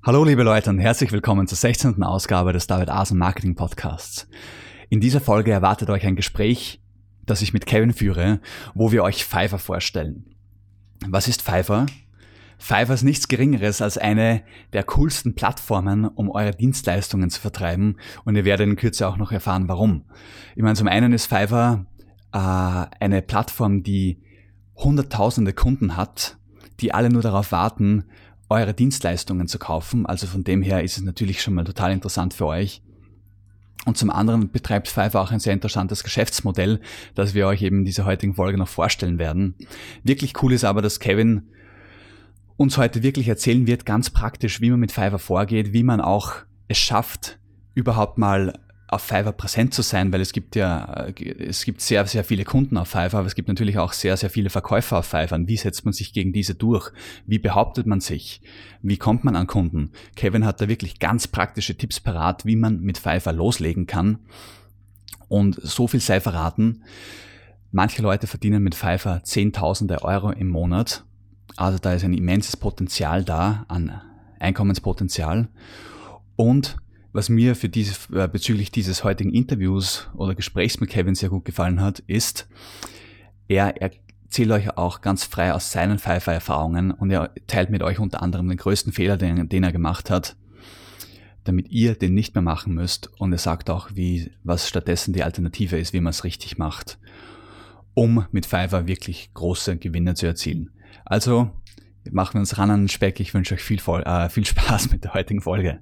Hallo liebe Leute und herzlich willkommen zur 16. Ausgabe des David Asen Marketing Podcasts. In dieser Folge erwartet euch ein Gespräch, das ich mit Kevin führe, wo wir euch Fiverr vorstellen. Was ist Fiverr? Fiverr ist nichts Geringeres als eine der coolsten Plattformen, um eure Dienstleistungen zu vertreiben, und ihr werdet in Kürze auch noch erfahren, warum. Ich meine, zum einen ist Fiverr eine Plattform, die hunderttausende Kunden hat, die alle nur darauf warten, eure Dienstleistungen zu kaufen. Also von dem her ist es natürlich schon mal total interessant für euch. Und zum anderen betreibt Fiverr auch ein sehr interessantes Geschäftsmodell, das wir euch eben in dieser heutigen Folge noch vorstellen werden. Wirklich cool ist aber, dass Kevin uns heute wirklich erzählen wird, ganz praktisch, wie man mit Fiverr vorgeht, wie man auch es schafft, überhaupt mal auf Fiverr präsent zu sein, weil es gibt sehr, sehr viele Kunden auf Fiverr, aber es gibt natürlich auch sehr, sehr viele Verkäufer auf Fiverr. Und wie setzt man sich gegen diese durch? Wie behauptet man sich? Wie kommt man an Kunden? Kevin hat da wirklich ganz praktische Tipps parat, wie man mit Fiverr loslegen kann. Und so viel sei verraten, manche Leute verdienen mit Fiverr Zehntausende Euro im Monat. Also da ist ein immenses Potenzial da, an Einkommenspotenzial. Und was mir bezüglich dieses heutigen Interviews oder Gesprächs mit Kevin sehr gut gefallen hat, ist, er erzählt euch auch ganz frei aus seinen Fiverr-Erfahrungen und er teilt mit euch unter anderem den größten Fehler, den er gemacht hat, damit ihr den nicht mehr machen müsst, und er sagt auch, was stattdessen die Alternative ist, wie man es richtig macht, um mit Fiverr wirklich große Gewinne zu erzielen. Also machen wir uns ran an den Speck. Ich wünsche euch viel Spaß mit der heutigen Folge.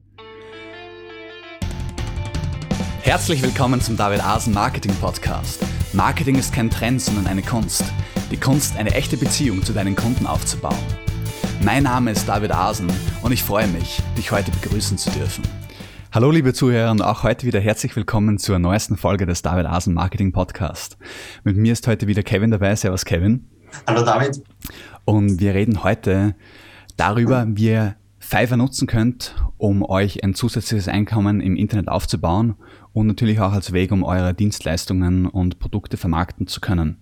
Herzlich willkommen zum David Asen Marketing Podcast. Marketing ist kein Trend, sondern eine Kunst. Die Kunst, eine echte Beziehung zu deinen Kunden aufzubauen. Mein Name ist David Asen und ich freue mich, dich heute begrüßen zu dürfen. Hallo liebe Zuhörer und auch heute wieder herzlich willkommen zur neuesten Folge des David Asen Marketing Podcast. Mit mir ist heute wieder Kevin dabei. Servus Kevin. Hallo David. Und wir reden heute darüber, wie ihr Fiverr nutzen könnt, um euch ein zusätzliches Einkommen im Internet aufzubauen und natürlich auch als Weg, um eure Dienstleistungen und Produkte vermarkten zu können.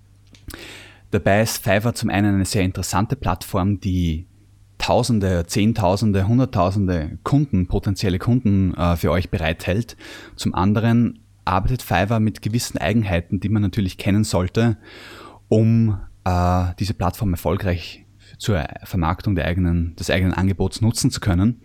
Dabei ist Fiverr zum einen eine sehr interessante Plattform, die Tausende, Zehntausende, Hunderttausende Kunden, potenzielle Kunden für euch bereithält. Zum anderen arbeitet Fiverr mit gewissen Eigenheiten, die man natürlich kennen sollte, um diese Plattform erfolgreich zur Vermarktung des eigenen Angebots nutzen zu können.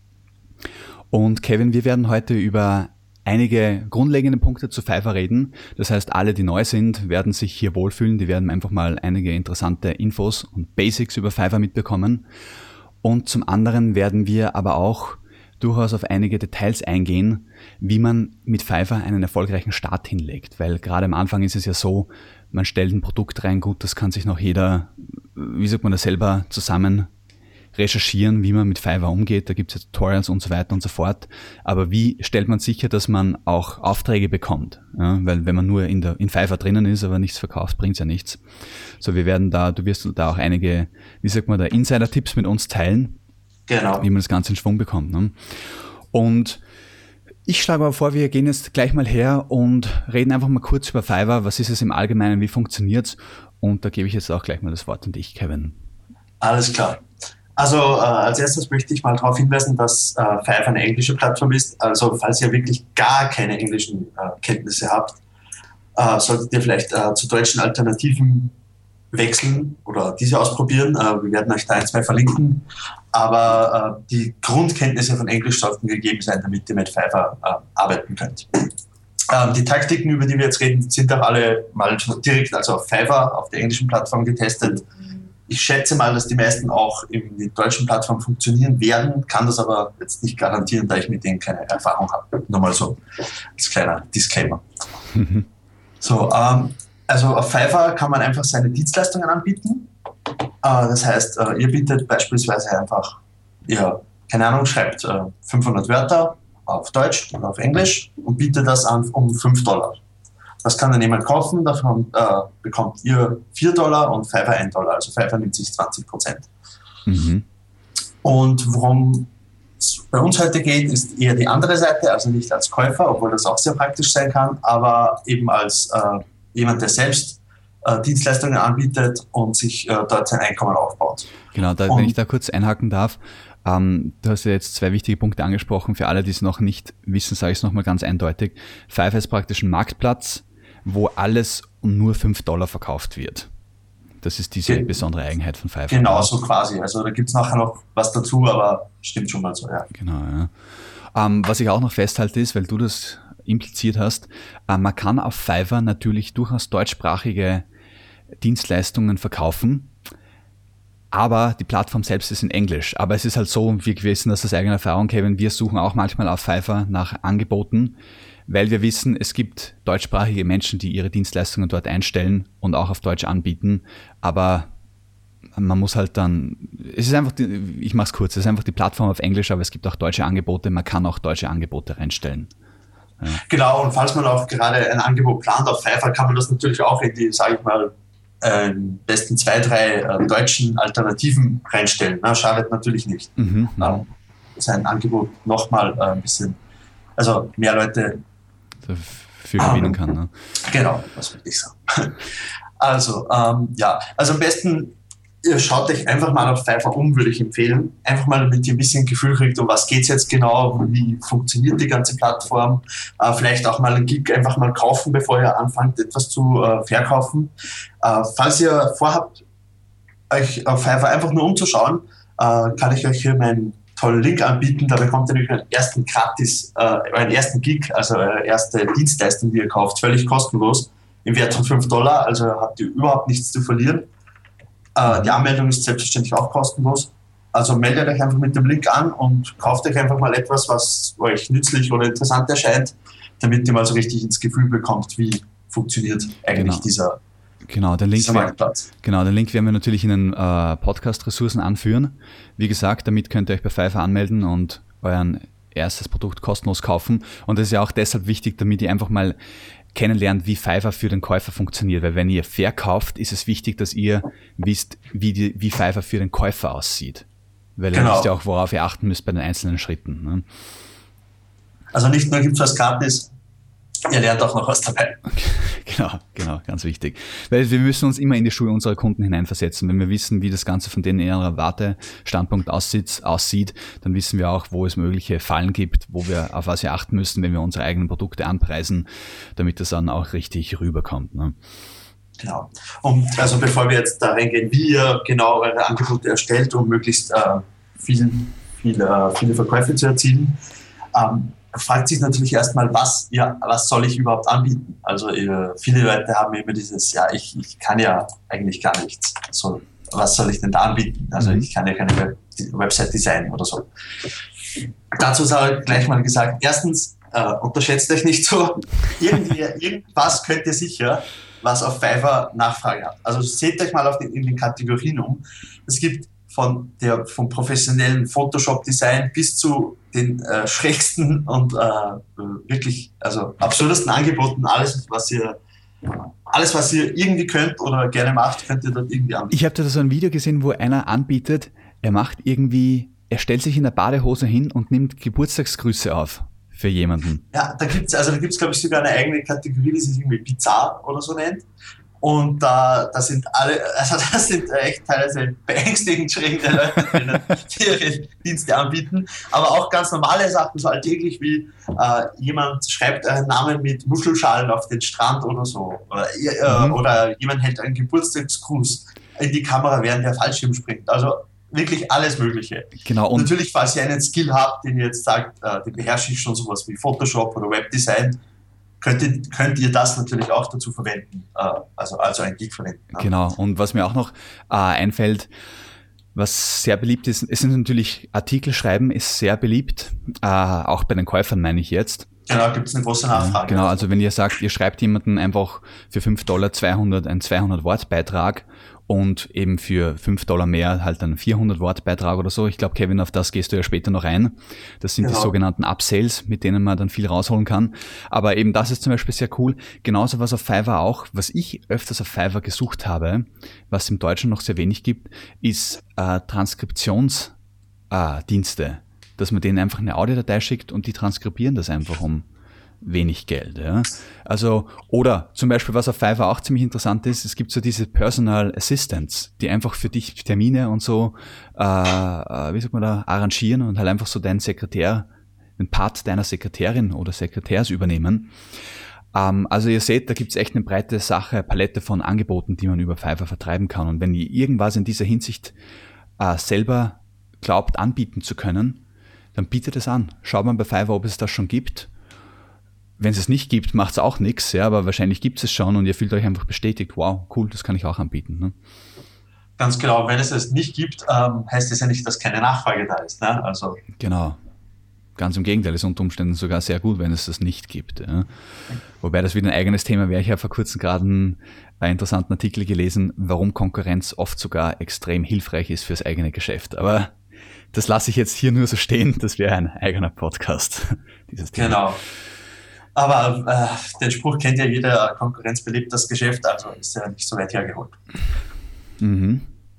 Und Kevin, wir werden heute über einige grundlegende Punkte zu Fiverr reden. Das heißt, alle, die neu sind, werden sich hier wohlfühlen. Die werden einfach mal einige interessante Infos und Basics über Fiverr mitbekommen. Und zum anderen werden wir aber auch durchaus auf einige Details eingehen, wie man mit Fiverr einen erfolgreichen Start hinlegt. Weil gerade am Anfang ist es ja so, man stellt ein Produkt rein, gut, das kann sich noch jeder, selber zusammen recherchieren, wie man mit Fiverr umgeht. Da gibt es ja Tutorials und so weiter und so fort. Aber wie stellt man sicher, dass man auch Aufträge bekommt? Ja, weil wenn man nur in Fiverr drinnen ist, aber nichts verkauft, bringt es ja nichts. So, du wirst da auch einige, Insider-Tipps mit uns teilen. Genau. Wie man das Ganze in Schwung bekommt. Ne? Und ich schlage aber vor, wir gehen jetzt gleich mal her und reden einfach mal kurz über Fiverr. Was ist es im Allgemeinen? Wie funktioniert's? Und da gebe ich jetzt auch gleich mal das Wort an dich, Kevin. Alles klar. Also als erstes möchte ich mal darauf hinweisen, dass Fiverr eine englische Plattform ist. Also falls ihr wirklich gar keine englischen Kenntnisse habt, solltet ihr vielleicht zu deutschen Alternativen wechseln oder diese ausprobieren. Wir werden euch da 1, 2 verlinken. Aber die Grundkenntnisse von Englisch sollten gegeben sein, damit ihr mit Fiverr arbeiten könnt. Die Taktiken, über die wir jetzt reden, sind auch alle mal direkt auf Fiverr, auf der englischen Plattform getestet. Ich schätze mal, dass die meisten auch in der deutschen Plattform funktionieren werden, kann das aber jetzt nicht garantieren, da ich mit denen keine Erfahrung habe. Nur mal so als kleiner Disclaimer. So, also auf Fiverr kann man einfach seine Dienstleistungen anbieten. Das heißt, ihr bietet beispielsweise einfach, schreibt 500 Wörter auf Deutsch oder auf Englisch und bietet das an um $5. Das kann dann jemand kaufen, davon bekommt ihr $4 und Fiverr $1. Also Fiverr nimmt sich 20%. Mhm. Und worum es bei uns heute geht, ist eher die andere Seite, also nicht als Käufer, obwohl das auch sehr praktisch sein kann, aber eben als jemand, der selbst Dienstleistungen anbietet und sich dort sein Einkommen aufbaut. Genau, wenn ich da kurz einhaken darf, Du hast ja jetzt 2 wichtige Punkte angesprochen. Für alle, die es noch nicht wissen, sage ich es nochmal ganz eindeutig. Fiverr ist praktisch ein Marktplatz, wo alles um nur $5 verkauft wird. Das ist diese besondere Eigenheit von Fiverr. Genau, so quasi. Also da gibt es nachher noch was dazu, aber stimmt schon mal so, ja. Genau, ja. Was ich auch noch festhalte ist, weil du das impliziert hast, man kann auf Fiverr natürlich durchaus deutschsprachige Dienstleistungen verkaufen, aber die Plattform selbst ist in Englisch. Aber es ist halt so, wir wissen das aus eigener Erfahrung, Kevin, wir suchen auch manchmal auf Fiverr nach Angeboten, weil wir wissen, es gibt deutschsprachige Menschen, die ihre Dienstleistungen dort einstellen und auch auf Deutsch anbieten, aber man muss halt dann, es ist einfach, ich mache es kurz, es ist einfach die Plattform auf Englisch, aber es gibt auch deutsche Angebote, man kann auch deutsche Angebote reinstellen. Ja. Genau, und falls man auch gerade ein Angebot plant auf Fiverr, kann man das natürlich auch in die, sage ich mal, besten 2, 3 deutschen Alternativen reinstellen. Na, schadet natürlich nicht. Sein Angebot nochmal ein bisschen, also mehr Leute dafür gewinnen kann. Ne? Genau, das würde ich sagen. Also, also am besten, ihr schaut euch einfach mal auf Fiverr um, würde ich empfehlen. Einfach mal, damit ihr ein bisschen Gefühl kriegt, um was geht es jetzt genau, wie funktioniert die ganze Plattform. Vielleicht auch mal einen Gig einfach mal kaufen, bevor ihr anfangt, etwas zu verkaufen. Falls ihr vorhabt, euch auf Fiverr einfach nur umzuschauen, kann ich euch hier meinen tollen Link anbieten. Da bekommt ihr nämlich einen ersten Gig, also eure erste Dienstleistung, die ihr kauft, völlig kostenlos, im Wert von $5. Also habt ihr überhaupt nichts zu verlieren. Die Anmeldung ist selbstverständlich auch kostenlos. Also meldet euch einfach mit dem Link an und kauft euch einfach mal etwas, was euch nützlich oder interessant erscheint, damit ihr mal so richtig ins Gefühl bekommt, wie funktioniert eigentlich dieser Marktplatz. Genau, den Link werden wir natürlich in den Podcast-Ressourcen anführen. Wie gesagt, damit könnt ihr euch bei Fiverr anmelden und euer erstes Produkt kostenlos kaufen. Und das ist ja auch deshalb wichtig, damit ihr einfach mal kennenlernt, wie Fiverr für den Käufer funktioniert. Weil wenn ihr verkauft, ist es wichtig, dass ihr wisst, wie Fiverr für den Käufer aussieht. Weil ihr wisst ja auch, worauf ihr achten müsst bei den einzelnen Schritten. Ne? Also nicht nur gibt es was gratis, ihr lernt auch noch was dabei. Genau, ganz wichtig. Weil wir müssen uns immer in die Schuhe unserer Kunden hineinversetzen. Wenn wir wissen, wie das Ganze von denen in ihrer Wartestandpunkt aussieht, dann wissen wir auch, wo es mögliche Fallen gibt, auf was wir achten müssen, wenn wir unsere eigenen Produkte anpreisen, damit das dann auch richtig rüberkommt. Ne? Genau. Und also bevor wir jetzt da reingehen, wie ihr genau eure Angebote erstellt, um möglichst viele Verkäufe zu erzielen, fragt sich natürlich erstmal, was soll ich überhaupt anbieten? Also viele Leute haben immer dieses, ich kann ja eigentlich gar nichts. So, was soll ich denn da anbieten? Also ich kann ja keine Website designen oder so. Dazu sage ich gleich mal gesagt, erstens, unterschätzt euch nicht so, irgendwas könnt ihr sicher, was auf Fiverr Nachfrage hat. Also seht euch mal in den Kategorien um. Es gibt vom professionellen Photoshop-Design bis zu den schrägsten und wirklich absurdesten Angeboten, alles, was ihr irgendwie könnt oder gerne macht, könnt ihr dort irgendwie anbieten. Ich habe da so ein Video gesehen, wo einer anbietet, er stellt sich in der Badehose hin und nimmt Geburtstagsgrüße auf für jemanden. Ja, da gibt's glaube ich, sogar eine eigene Kategorie, die sich irgendwie bizarr oder so nennt. Und da sind das sind echt teilweise beängstigend schräge Leute, die ihre Dienste anbieten. Aber auch ganz normale Sachen, so alltäglich wie jemand schreibt einen Namen mit Muschelschalen auf den Strand oder so. Oder jemand hält einen Geburtstagsgruß in die Kamera, während der Fallschirm springt. Also wirklich alles Mögliche. Genau. Und natürlich, falls ihr einen Skill habt, den ihr jetzt sagt, den beherrsche ich schon, sowas wie Photoshop oder Webdesign, könnt ihr das natürlich auch dazu verwenden, also ein Gig verwenden. Ne? Genau, und was mir auch noch einfällt, was sehr beliebt ist, es sind natürlich Artikel schreiben, ist sehr beliebt, auch bei den Käufern meine ich jetzt. Genau, gibt es eine große Nachfrage. Genau, also wenn ihr sagt, ihr schreibt jemanden einfach für $5 einen 200-Wort-Beitrag und eben für $5 mehr halt einen 400-Wort-Beitrag oder so. Ich glaube, Kevin, auf das gehst du ja später noch ein. Das sind die sogenannten Upsales, mit denen man dann viel rausholen kann. Aber eben das ist zum Beispiel sehr cool. Genauso was auf Fiverr auch, was ich öfters auf Fiverr gesucht habe, was im Deutschen noch sehr wenig gibt, ist Transkriptionsdienste. Dass man denen einfach eine Audiodatei schickt und die transkribieren das einfach um wenig Geld. Ja? Also, oder zum Beispiel, was auf Fiverr auch ziemlich interessant ist, es gibt so diese Personal Assistants, die einfach für dich Termine und so, arrangieren und halt einfach so deinen Sekretär, den Part deiner Sekretärin oder Sekretärs übernehmen. Also ihr seht, da gibt's echt eine breite Palette von Angeboten, die man über Fiverr vertreiben kann. Und wenn ihr irgendwas in dieser Hinsicht selber glaubt, anbieten zu können, dann bietet es an. Schaut mal bei Fiverr, ob es das schon gibt. Wenn es nicht gibt, macht's auch nichts, ja, aber wahrscheinlich gibt es schon und ihr fühlt euch einfach bestätigt, wow, cool, das kann ich auch anbieten. Ne? Ganz genau, wenn es nicht gibt, heißt es ja nicht, dass keine Nachfrage da ist. Ne? Also genau. Ganz im Gegenteil, ist unter Umständen sogar sehr gut, wenn es das nicht gibt. Ja. Wobei das wieder ein eigenes Thema wäre. Ich habe vor kurzem gerade einen interessanten Artikel gelesen, warum Konkurrenz oft sogar extrem hilfreich ist fürs eigene Geschäft. Aber das lasse ich jetzt hier nur so stehen. Das wäre ein eigener Podcast, dieses Thema. Genau. Aber den Spruch kennt ja jeder, Konkurrenz belebt das Geschäft, also ist ja nicht so weit hergeholt. Mhm.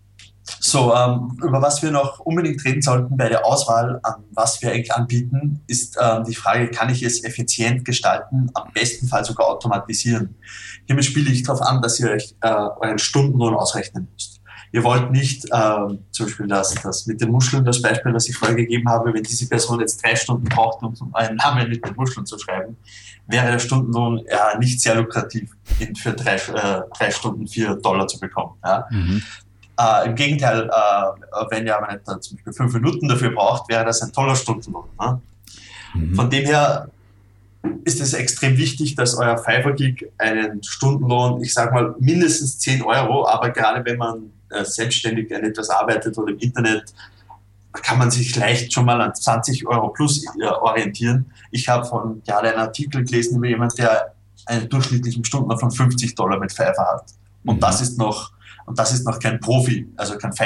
So, über was wir noch unbedingt reden sollten bei der Auswahl, an was wir eigentlich anbieten, ist die Frage, kann ich es effizient gestalten, am besten Fall sogar automatisieren. Hiermit spiele ich darauf an, dass ihr euch euren Stundenlohn ausrechnen müsst. Ihr wollt nicht zum Beispiel das mit den Muscheln, das Beispiel, das ich vorher gegeben habe, wenn diese Person jetzt 3 Stunden braucht, um einen Namen mit den Muscheln zu schreiben, wäre der Stundenlohn nicht sehr lukrativ, für 3 Stunden $4 zu bekommen. Ja? Mhm. Im Gegenteil, wenn ihr aber nicht zum Beispiel 5 Minuten dafür braucht, wäre das ein toller Stundenlohn. Ne? Mhm. Von dem her ist es extrem wichtig, dass euer Fiverr-Gig einen Stundenlohn, ich sage mal mindestens 10 Euro, aber gerade wenn man selbstständig an etwas arbeitet oder im Internet, kann man sich leicht schon mal an 20 Euro plus orientieren. Ich habe von gerade einen Artikel gelesen über jemanden, der einen durchschnittlichen Stundenlohn von $50 mit Fiverr hat. Und das ist noch kein Profi, also keine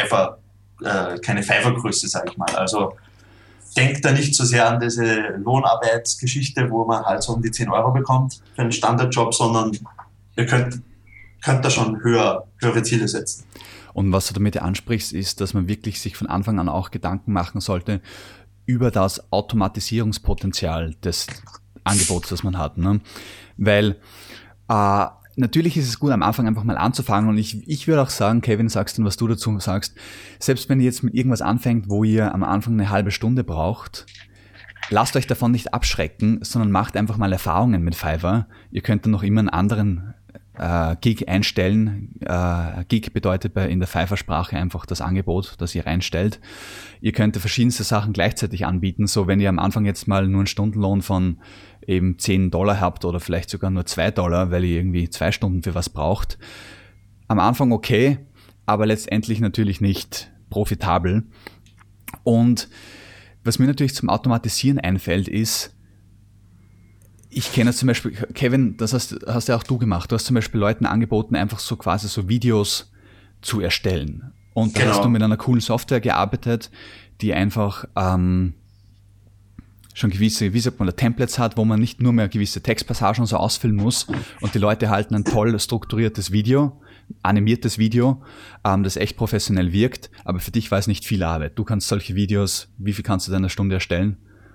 Fiverr-Größe, sage ich mal. Also denkt da nicht so sehr an diese Lohnarbeitsgeschichte, wo man halt so um die 10 Euro bekommt für einen Standardjob, sondern ihr könnt da schon höhere Ziele setzen. Und was du damit ansprichst, ist, dass man wirklich sich von Anfang an auch Gedanken machen sollte über das Automatisierungspotenzial des Angebots, das man hat. Ne? Weil natürlich ist es gut, am Anfang einfach mal anzufangen und ich würde auch sagen, Kevin, sagst du, was du dazu sagst, selbst wenn ihr jetzt mit irgendwas anfängt, wo ihr am Anfang eine halbe Stunde braucht, lasst euch davon nicht abschrecken, sondern macht einfach mal Erfahrungen mit Fiverr. Ihr könnt dann noch immer einen anderen Gig einstellen. Gig bedeutet in der Fiverr-Sprache einfach das Angebot, das ihr reinstellt. Ihr könnt verschiedenste Sachen gleichzeitig anbieten, so wenn ihr am Anfang jetzt mal nur einen Stundenlohn von eben $10 habt oder vielleicht sogar nur $2, weil ihr irgendwie 2 Stunden für was braucht. Am Anfang okay, aber letztendlich natürlich nicht profitabel. Und was mir natürlich zum Automatisieren einfällt, ist, ich kenne zum Beispiel, Kevin, das hast ja auch du gemacht. Du hast zum Beispiel Leuten angeboten, einfach so quasi so Videos zu erstellen. Und da hast du mit einer coolen Software gearbeitet, die einfach schon gewisse, wie sagt man, Templates hat, wo man nicht nur mehr gewisse Textpassagen so ausfüllen muss und die Leute halten ein toll strukturiertes Video, animiertes Video, das echt professionell wirkt, aber für dich war es nicht viel Arbeit. Du kannst solche Videos, wie viel kannst du in einer Stunde erstellen?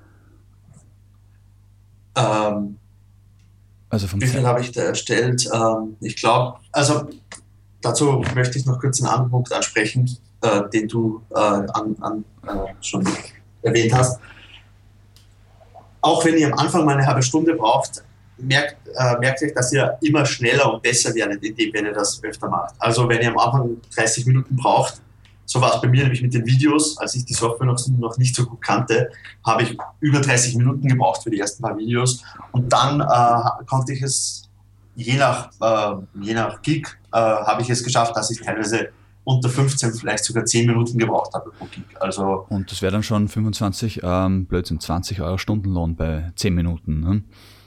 Wie viel habe ich da erstellt? Ich glaube, also dazu möchte ich noch kurz einen anderen Punkt ansprechen, den du schon erwähnt hast. Auch wenn ihr am Anfang mal eine halbe Stunde braucht, merkt euch, dass ihr immer schneller und besser werdet, wenn ihr das öfter macht. Also wenn ihr am Anfang 30 Minuten braucht, so war es bei mir nämlich mit den Videos, als ich die Software noch nicht so gut kannte, habe ich über 30 Minuten gebraucht für die ersten paar Videos und dann konnte ich es, je nach Gig, habe ich es geschafft, dass ich teilweise unter 15, vielleicht sogar 10 Minuten gebraucht habe pro Gig. Also, und das wäre dann schon 20 Euro Stundenlohn bei 10 Minuten, ne?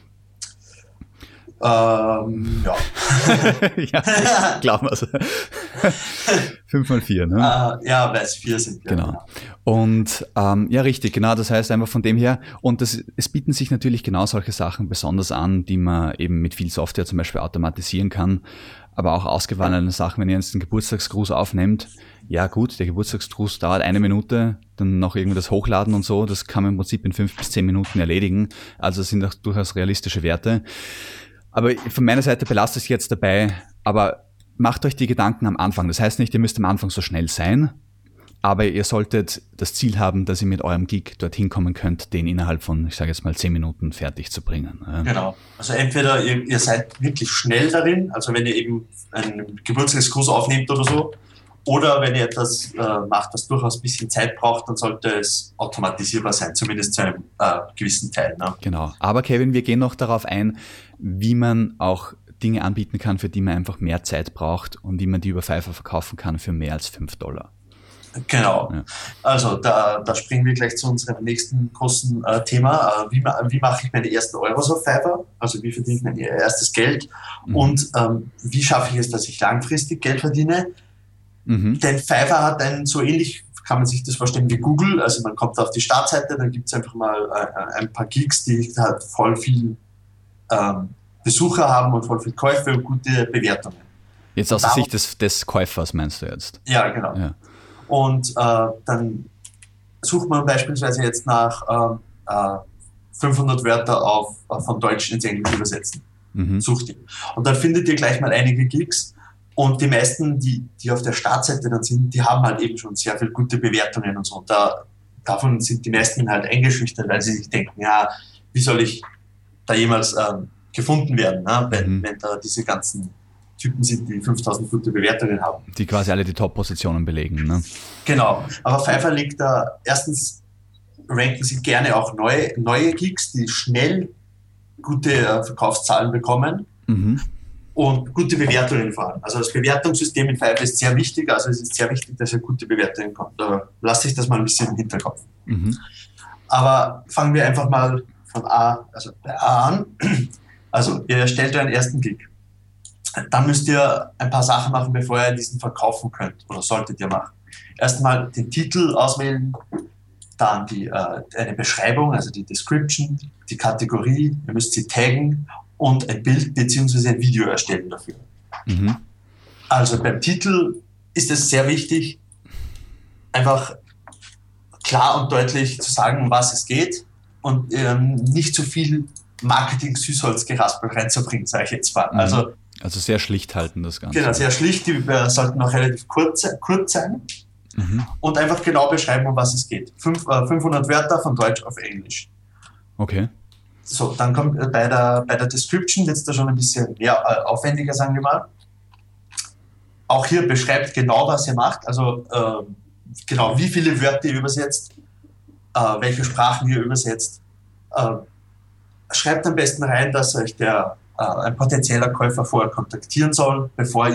Ja. Ja, glauben wir es. 5x4, ne? Ja, weil es 4 sind. Ja, genau. Und ja, richtig, genau. Das heißt einfach von dem her, und es bieten sich natürlich genau solche Sachen besonders an, die man eben mit viel Software zum Beispiel automatisieren kann, aber auch ausgewanderte Sachen, wenn ihr jetzt einen Geburtstagsgruß aufnehmt, ja gut, der Geburtstagsgruß dauert 1 Minute, dann noch irgendwie das Hochladen und so, das kann man im Prinzip in 5 bis 10 Minuten erledigen, also das sind auch durchaus realistische Werte. Aber von meiner Seite belasse ich es jetzt dabei, aber macht euch die Gedanken am Anfang. Das heißt nicht, ihr müsst am Anfang so schnell sein, aber ihr solltet das Ziel haben, dass ihr mit eurem Gig dorthin kommen könnt, den innerhalb von, ich sage jetzt mal, 10 Minuten fertig zu bringen. Genau. Also entweder ihr seid wirklich schnell darin, also wenn ihr eben einen Geburtstagsgruß aufnehmt oder so, oder wenn ihr etwas macht, das durchaus ein bisschen Zeit braucht, dann sollte es automatisierbar sein, zumindest zu einem gewissen Teil. Ne? Genau. Aber Kevin, wir gehen noch darauf ein, wie man auch Dinge anbieten kann, für die man einfach mehr Zeit braucht und wie man die über Fiverr verkaufen kann für mehr als $5. Genau. Ja. Also da springen wir gleich zu unserem nächsten großen Thema. Wie mache ich meine ersten Euros auf Fiverr? Also wie verdiene ich mein erstes Geld? Und wie schaffe ich es, dass ich langfristig Geld verdiene? Denn Fiverr hat einen so ähnlich, kann man sich das vorstellen, wie Google. Also man kommt auf die Startseite, dann gibt es einfach mal ein paar Gigs, die halt voll viel Besucher haben und voll viel Käufe und gute Bewertungen. Jetzt aus der Sicht des Käufers meinst du jetzt? Ja, genau. Ja. Und dann sucht man beispielsweise jetzt nach 500 Wörter von Deutsch ins Englische übersetzen. Sucht ihr. Und dann findet ihr gleich mal einige Gigs. Und die meisten, die auf der Startseite dann sind, die haben halt eben schon sehr viele gute Bewertungen und so. Und davon sind die meisten halt eingeschüchtert, weil sie sich denken, ja, wie soll ich da jemals gefunden werden, ne? Wenn da diese ganzen Typen sind, die 5000 gute Bewertungen haben. Die quasi alle die Top-Positionen belegen, ne? Genau. Aber Fiverr legt da, erstens ranken sie gerne auch neue Gigs, die schnell gute Verkaufszahlen bekommen. Und gute Bewertungen vor allem. Also das Bewertungssystem in Fiverr ist sehr wichtig, also es ist sehr wichtig, dass ihr gute Bewertungen kommt. Aber lasst euch das mal ein bisschen im Hinterkopf. Aber fangen wir einfach mal von bei A an. Also ihr erstellt euren ersten Gig. Dann müsst ihr ein paar Sachen machen, bevor ihr diesen verkaufen könnt oder solltet ihr machen. Erstmal den Titel auswählen, dann eine Beschreibung, also die Description, die Kategorie, ihr müsst sie taggen und ein Bild bzw. ein Video erstellen dafür. Also beim Titel ist es sehr wichtig, einfach klar und deutlich zu sagen, um was es geht und nicht zu viel Marketing-Süßholzgeraspel reinzubringen, sage ich jetzt mal. Also sehr schlicht halten das Ganze. Genau, sehr schlicht, die sollten auch relativ kurz sein und einfach genau beschreiben, um was es geht. 500 Wörter von Deutsch auf Englisch. Okay. So, dann kommt bei der Description wird es da schon ein bisschen mehr aufwendiger, sagen wir mal. Auch hier beschreibt genau, was ihr macht, also genau wie viele Wörter ihr übersetzt, welche Sprachen ihr übersetzt. Schreibt am besten rein, dass euch ein potenzieller Käufer vorher kontaktieren soll, bevor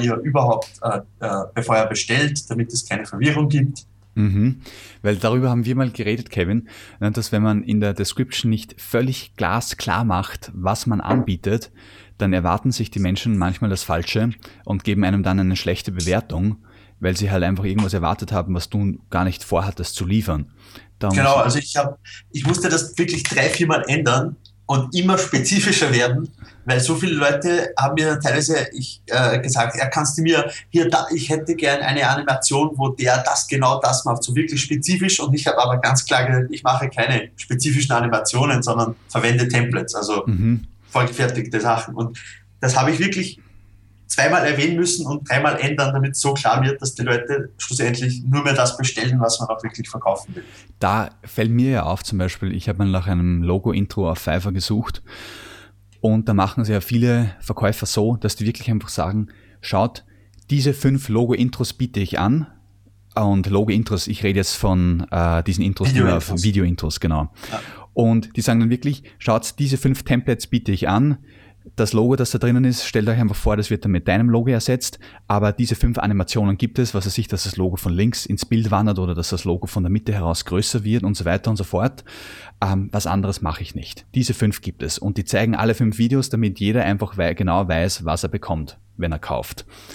er bestellt, damit es keine Verwirrung gibt. Weil darüber haben wir mal geredet, Kevin, dass wenn man in der Description nicht völlig glasklar macht, was man anbietet, dann erwarten sich die Menschen manchmal das Falsche und geben einem dann eine schlechte Bewertung, weil sie halt einfach irgendwas erwartet haben, was du gar nicht vorhattest zu liefern. Genau, also ich musste das wirklich 3-4 Mal ändern und immer spezifischer werden, weil so viele Leute haben mir teilweise gesagt, kannst du mir ich hätte gern eine Animation, wo genau das macht, so wirklich spezifisch, und ich habe aber ganz klar gesagt, ich mache keine spezifischen Animationen, sondern verwende Templates, also vorgefertigte Sachen, und das habe ich wirklich 2-mal erwähnen müssen und 3-mal ändern, damit es so klar wird, dass die Leute schlussendlich nur mehr das bestellen, was man auch wirklich verkaufen will. Da fällt mir ja auf, zum Beispiel, ich habe mal nach einem Logo-Intro auf Fiverr gesucht und da machen sie ja viele Verkäufer so, dass die wirklich einfach sagen, schaut, diese 5 Logo-Intros biete ich an. Und Logo-Intros, ich rede jetzt von diesen Intros, Video-Intros, genau. Ja. Und die sagen dann wirklich, schaut, diese 5 Templates biete ich an. Das Logo, das da drinnen ist, stellt euch einfach vor, das wird dann mit deinem Logo ersetzt, aber diese 5 Animationen gibt es, was weiß ich, dass das Logo von links ins Bild wandert oder dass das Logo von der Mitte heraus größer wird und so weiter und so fort. Was anderes mache ich nicht. Diese 5 gibt es und die zeigen alle 5 Videos, damit jeder einfach genau weiß, was er bekommt, wenn er kauft.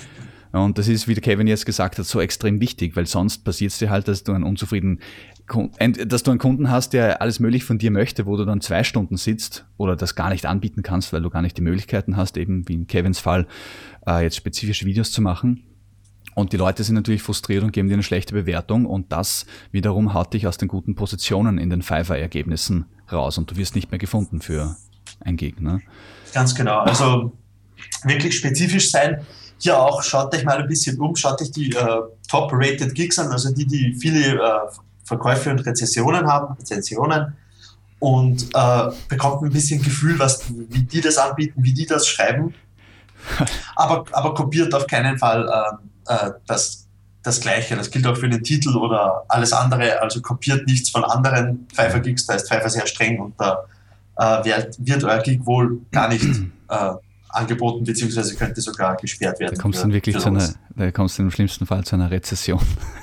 Und das ist, wie der Kevin jetzt gesagt hat, so extrem wichtig, weil sonst passiert es dir halt, dass du einen Kunden hast, der alles möglich von dir möchte, wo du dann 2 Stunden sitzt oder das gar nicht anbieten kannst, weil du gar nicht die Möglichkeiten hast, eben wie in Kevins Fall, jetzt spezifische Videos zu machen. Und die Leute sind natürlich frustriert und geben dir eine schlechte Bewertung und das wiederum haut dich aus den guten Positionen in den Fiverr-Ergebnissen raus und du wirst nicht mehr gefunden für ein Gig. Ne? Ganz genau. Also wirklich spezifisch sein. Hier auch, schaut euch mal ein bisschen um, schaut euch die Top-Rated Gigs an, also die viele Verkäufe und Rezensionen haben, und bekommt ein bisschen Gefühl, wie die das anbieten, wie die das schreiben. Aber kopiert auf keinen Fall das Gleiche. Das gilt auch für den Titel oder alles andere. Also kopiert nichts von anderen Fiverr-Gigs. Da ist Fiverr sehr streng und da wird euer Gig wohl gar nicht angeboten, beziehungsweise könnte sogar gesperrt werden. Da kommst du wirklich da kommst du im schlimmsten Fall zu einer Rezession.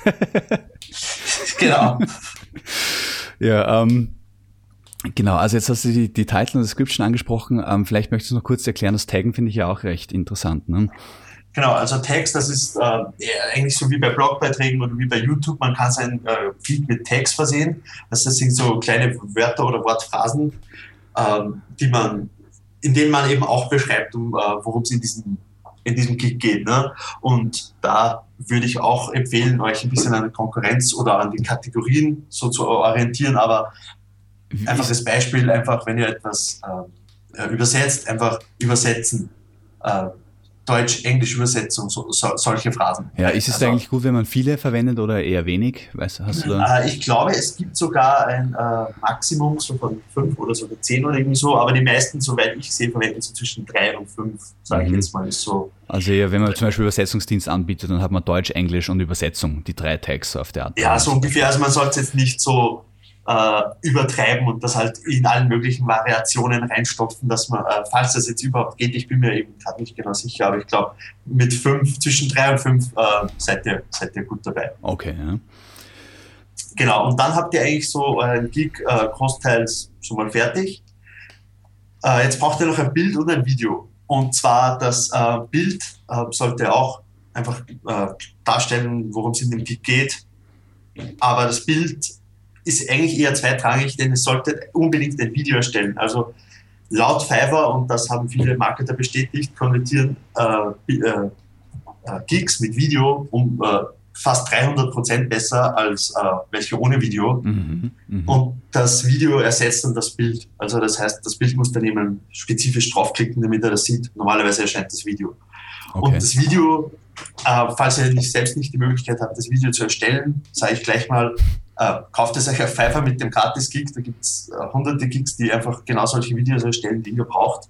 Genau. Ja, genau, also jetzt hast du die Title und Description angesprochen. Vielleicht möchtest du noch kurz erklären, das Taggen finde ich ja auch recht interessant. Ne? Genau, also Tags, das ist eigentlich so wie bei Blogbeiträgen oder wie bei YouTube. Man kann sein Feed mit Tags versehen. Das sind so kleine Wörter oder Wortphrasen, in denen man eben auch beschreibt, worum es in diesem Gig geht. Ne? Und da würde ich auch empfehlen, euch ein bisschen an der Konkurrenz oder an den Kategorien so zu orientieren. Aber einfach das Beispiel, wenn ihr etwas übersetzt, einfach übersetzen. Deutsch-Englisch-Übersetzung, solche Phrasen. Ja, ist es eigentlich gut, wenn man viele verwendet oder eher wenig? Hast du da? Ich glaube, es gibt sogar ein Maximum so von 5 oder sogar 10 oder irgendwie so, aber die meisten, soweit ich sehe, verwenden so zwischen 3 und 5, sage ich jetzt mal, ist so. Also ja, wenn man zum Beispiel Übersetzungsdienst anbietet, dann hat man Deutsch, Englisch und Übersetzung, die 3 Tags auf der Art. Ja, so ungefähr. Also man sollte es jetzt nicht so übertreiben und das halt in allen möglichen Variationen reinstopfen, dass man, falls das jetzt überhaupt geht, ich bin mir eben gerade nicht genau sicher, aber ich glaube, mit 5, zwischen 3 und 5 seid ihr gut dabei. Okay, ja. Genau, und dann habt ihr eigentlich so euren Gig großteils schon mal fertig. Jetzt braucht ihr noch ein Bild und ein Video. Und zwar das Bild sollte auch einfach darstellen, worum es in dem Gig geht. Aber das Bild ist eigentlich eher zweitrangig, denn es sollte unbedingt ein Video erstellen. Also laut Fiverr, und das haben viele Marketer bestätigt, konvertieren Gigs mit Video um fast 300% besser als welche ohne Video. Und das Video ersetzt dann das Bild. Also das heißt, das Bild muss dann jemand spezifisch draufklicken, damit er das sieht. Normalerweise erscheint das Video. Okay. Und das Video, falls ihr selbst nicht die Möglichkeit habt, das Video zu erstellen, sage ich gleich mal, kauft es euch auf Fiverr mit dem Gratis-Gig. Da gibt es hunderte Gigs, die einfach genau solche Videos erstellen, die ihr braucht.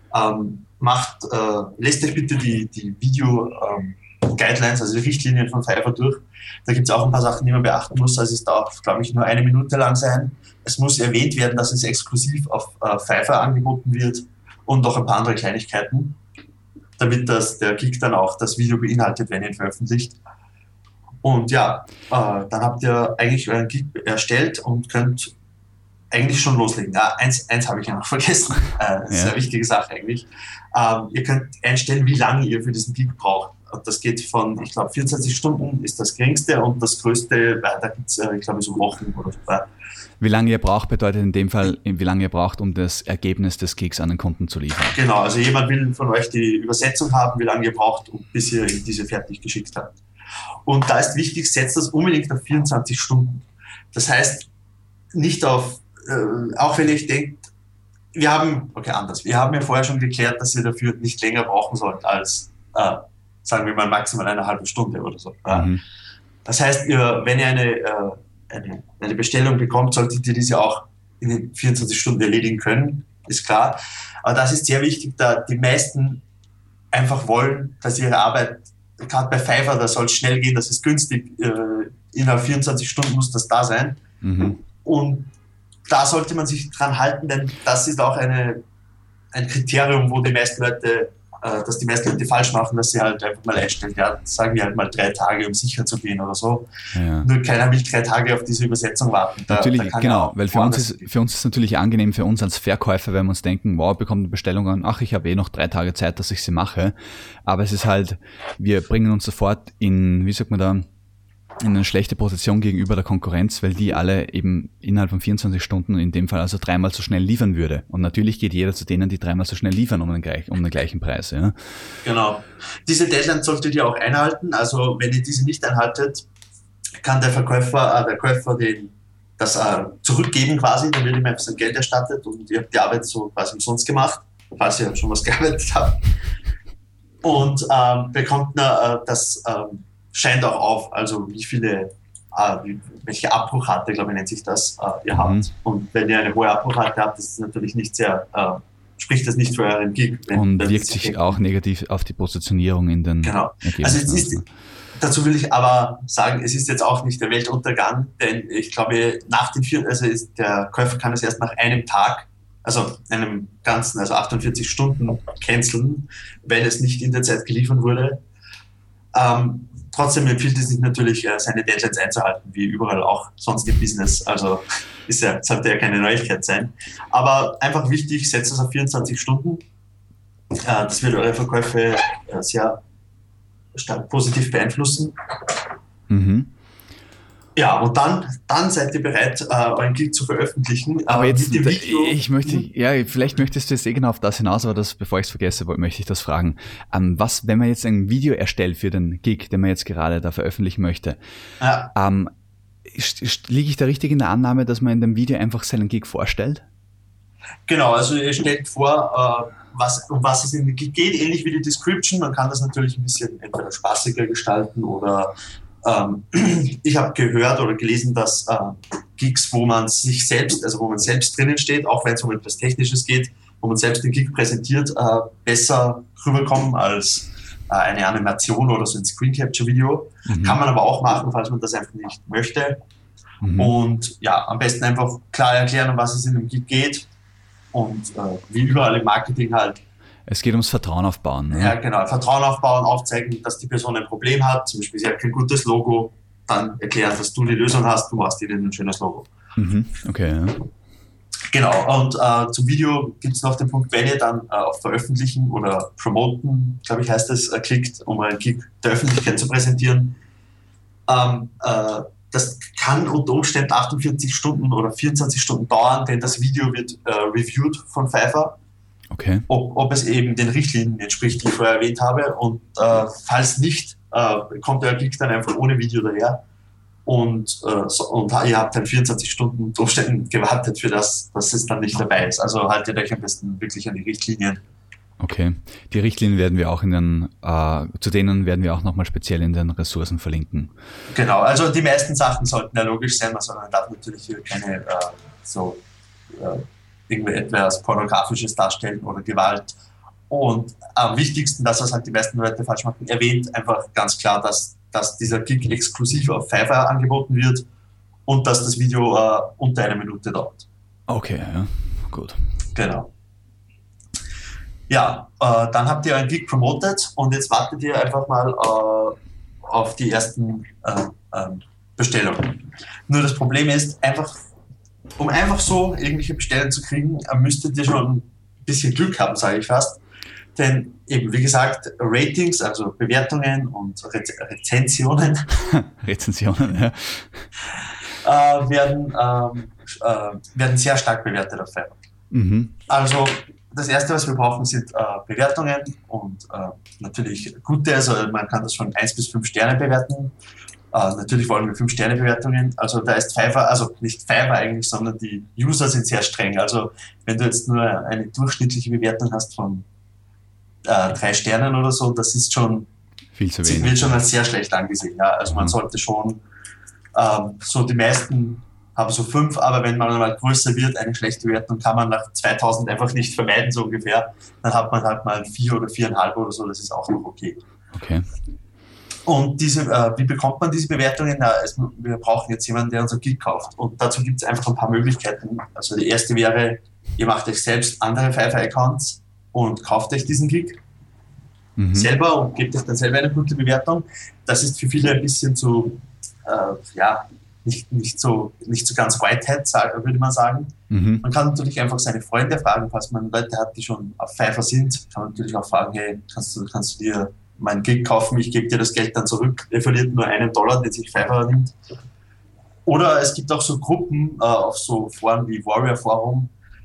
Lest euch bitte die Video-Guidelines, also die Richtlinien von Fiverr durch. Da gibt es auch ein paar Sachen, die man beachten muss. Also es darf, glaube ich, nur 1 Minute lang sein. Es muss erwähnt werden, dass es exklusiv auf Fiverr angeboten wird und noch ein paar andere Kleinigkeiten, damit der Gig dann auch das Video beinhaltet, wenn ihr ihn veröffentlicht. Und ja, dann habt ihr eigentlich euren Gig erstellt und könnt eigentlich schon loslegen. Ja, eins habe ich ja noch vergessen. Das ist eine wichtige Sache eigentlich. Ihr könnt einstellen, wie lange ihr für diesen Gig braucht. Und das geht von, ich glaube, 24 Stunden ist das geringste und das größte, da gibt es, ich glaube, so Wochen oder so. Wie lange ihr braucht, bedeutet in dem Fall, wie lange ihr braucht, um das Ergebnis des Gigs an den Kunden zu liefern. Genau, also jemand will von euch die Übersetzung haben, wie lange ihr braucht, bis ihr diese fertig geschickt habt. Und da ist wichtig, setzt das unbedingt auf 24 Stunden. Das heißt, nicht auf, auch wenn ihr denkt, wir haben ja vorher schon geklärt, dass ihr dafür nicht länger brauchen sollt als, sagen wir mal, maximal eine halbe Stunde oder so. Das heißt, wenn ihr eine Bestellung bekommt, solltet ihr diese auch in den 24 Stunden erledigen können, ist klar. Aber das ist sehr wichtig, da die meisten einfach wollen, dass ihre Arbeit, gerade bei Fiverr, da soll es schnell gehen, das ist günstig, innerhalb 24 Stunden muss das da sein. Und da sollte man sich dran halten, denn das ist auch ein Kriterium, wo die meisten Leute dass die meisten Leute falsch machen, dass sie halt einfach mal einstellen, ja, sagen wir halt mal 3 Tage, um sicher zu gehen oder so. Ja. Nur keiner will 3 Tage auf diese Übersetzung warten. Natürlich, genau, weil für uns ist natürlich angenehm, für uns als Verkäufer, wenn wir uns denken, wow, bekommt eine Bestellung an, ach, ich habe noch 3 Tage Zeit, dass ich sie mache. Aber es ist halt, wir bringen uns sofort in, wie sagt man da, in eine schlechte Position gegenüber der Konkurrenz, weil die alle eben innerhalb von 24 Stunden in dem Fall also 3-mal so schnell liefern würde. Und natürlich geht jeder zu denen, die 3-mal so schnell liefern um den gleichen Preis. Ja. Genau. Diese Deadline solltet ihr auch einhalten. Also wenn ihr diese nicht einhaltet, kann der Käufer das zurückgeben quasi, dann wird ihm einfach sein Geld erstattet und ihr habt die Arbeit so quasi umsonst gemacht, falls ihr schon was gearbeitet habt. Und bekommt das scheint auch auf, also welche Abbruchrate, glaube ich, nennt sich das, ihr habt. Und wenn ihr eine hohe Abbruchrate habt, ist das natürlich nicht sehr, spricht das nicht für euren Gig. Und wirkt sich auch negativ auf die Positionierung in den Ergebnissen. Also dazu will ich aber sagen, es ist jetzt auch nicht der Weltuntergang, denn ich glaube, der Käufer kann es erst nach einem Tag, also einem ganzen, also 48 Stunden canceln, wenn es nicht in der Zeit geliefert wurde. Trotzdem empfiehlt es sich natürlich, seine Deadlines einzuhalten, wie überall auch sonst im Business. Also sollte ja keine Neuigkeit sein. Aber einfach wichtig, setzt es auf 24 Stunden. Das wird eure Verkäufe sehr stark positiv beeinflussen. Mhm. Ja, und dann seid ihr bereit, euren Gig zu veröffentlichen. Aber jetzt, vielleicht möchtest du jetzt genau auf das hinaus, aber bevor ich es vergesse, möchte ich das fragen. Wenn man jetzt ein Video erstellt für den Gig, den man jetzt gerade da veröffentlichen möchte, liege ich da richtig in der Annahme, dass man in dem Video einfach seinen Gig vorstellt? Genau, also ihr stellt vor, um was es in dem Gig geht, ähnlich wie die Description. Man kann das natürlich ein bisschen entweder spaßiger gestalten oder ich habe gehört oder gelesen, dass Gigs, wo man selbst drinnen steht, auch wenn es um etwas Technisches geht, wo man selbst den Gig präsentiert, besser rüberkommen als eine Animation oder so ein Screen Capture Video. Mhm. Kann man aber auch machen, falls man das einfach nicht möchte. Mhm. Und ja, am besten einfach klar erklären, um was es in dem Gig geht und wie überall im Marketing halt. Es geht ums Vertrauen aufbauen. Ne? Ja, genau. Vertrauen aufbauen, aufzeigen, dass die Person ein Problem hat. Zum Beispiel, sie hat kein gutes Logo. Dann erklären, dass du die Lösung hast. Du machst ihnen ein schönes Logo. Mhm. Okay, ja. Genau. Und zum Video gibt es noch den Punkt, wenn ihr dann auf Veröffentlichen oder Promoten, glaube ich, heißt es, klickt, um einen Gig der Öffentlichkeit zu präsentieren. Das kann unter Umständen 48 Stunden oder 24 Stunden dauern, denn das Video wird reviewed von Fiverr. Okay. Ob es eben den Richtlinien entspricht, die ich vorher erwähnt habe. Und falls nicht, kommt euer Gig dann einfach ohne Video daher. Und ihr habt dann 24 Stunden unter Umständen gewartet für das, dass es dann nicht dabei ist. Also haltet euch am besten wirklich an die Richtlinien. Okay. Die Richtlinien werden wir auch zu denen werden wir auch nochmal speziell in den Ressourcen verlinken. Genau, also die meisten Sachen sollten ja logisch sein, man darf natürlich hier keine etwas Pornografisches darstellen oder Gewalt. Und am wichtigsten, das was halt die meisten Leute falsch machen, erwähnt einfach ganz klar, dass dieser Gig exklusiv auf Fiverr angeboten wird und dass das Video unter 1 Minute dauert. Okay, ja, gut. Genau. Ja, dann habt ihr einen Gig promoted und jetzt wartet ihr einfach mal auf die ersten Bestellungen. Nur das Problem ist, um einfach so irgendwelche Bestellungen zu kriegen, müsstet ihr schon ein bisschen Glück haben, sage ich fast. Denn eben, wie gesagt, Ratings, also Bewertungen und Rezensionen werden sehr stark bewertet auf Fiverr. Mhm. Also das Erste, was wir brauchen, sind Bewertungen und natürlich gute, also man kann das von 1 bis 5 Sterne bewerten. Natürlich wollen wir 5-Sterne-Bewertungen. Also da ist Fiverr, also nicht Fiverr eigentlich, sondern die User sind sehr streng. Also wenn du jetzt nur eine durchschnittliche Bewertung hast von 3 Sternen oder so, das ist schon viel zu wenig. Wird schon als sehr schlecht angesehen. Ja. Also man sollte schon, so die meisten haben so 5, aber wenn man mal größer wird, eine schlechte Bewertung kann man nach 2000 einfach nicht vermeiden, so ungefähr. Dann hat man halt mal 4 oder 4,5 oder so, das ist auch noch okay. Okay. Und wie bekommt man diese Bewertungen? Wir brauchen jetzt jemanden, der unser Gig kauft. Und dazu gibt es einfach ein paar Möglichkeiten. Also die erste wäre, ihr macht euch selbst andere Fiverr-Accounts und kauft euch diesen Gig. selber und gebt euch dann selber eine gute Bewertung. Das ist für viele ein bisschen zu, nicht so ganz Whitehead, würde man sagen. Man kann natürlich einfach seine Freunde fragen, falls man Leute hat, die schon auf Fiverr sind, kann man natürlich auch fragen, hey, kannst du dir meinen Gig kaufen, ich gebe dir das Geld dann zurück. Er verliert nur $1, den sich Fiverr nimmt. Oder es gibt auch so Gruppen auf so Foren wie Warrior Forum,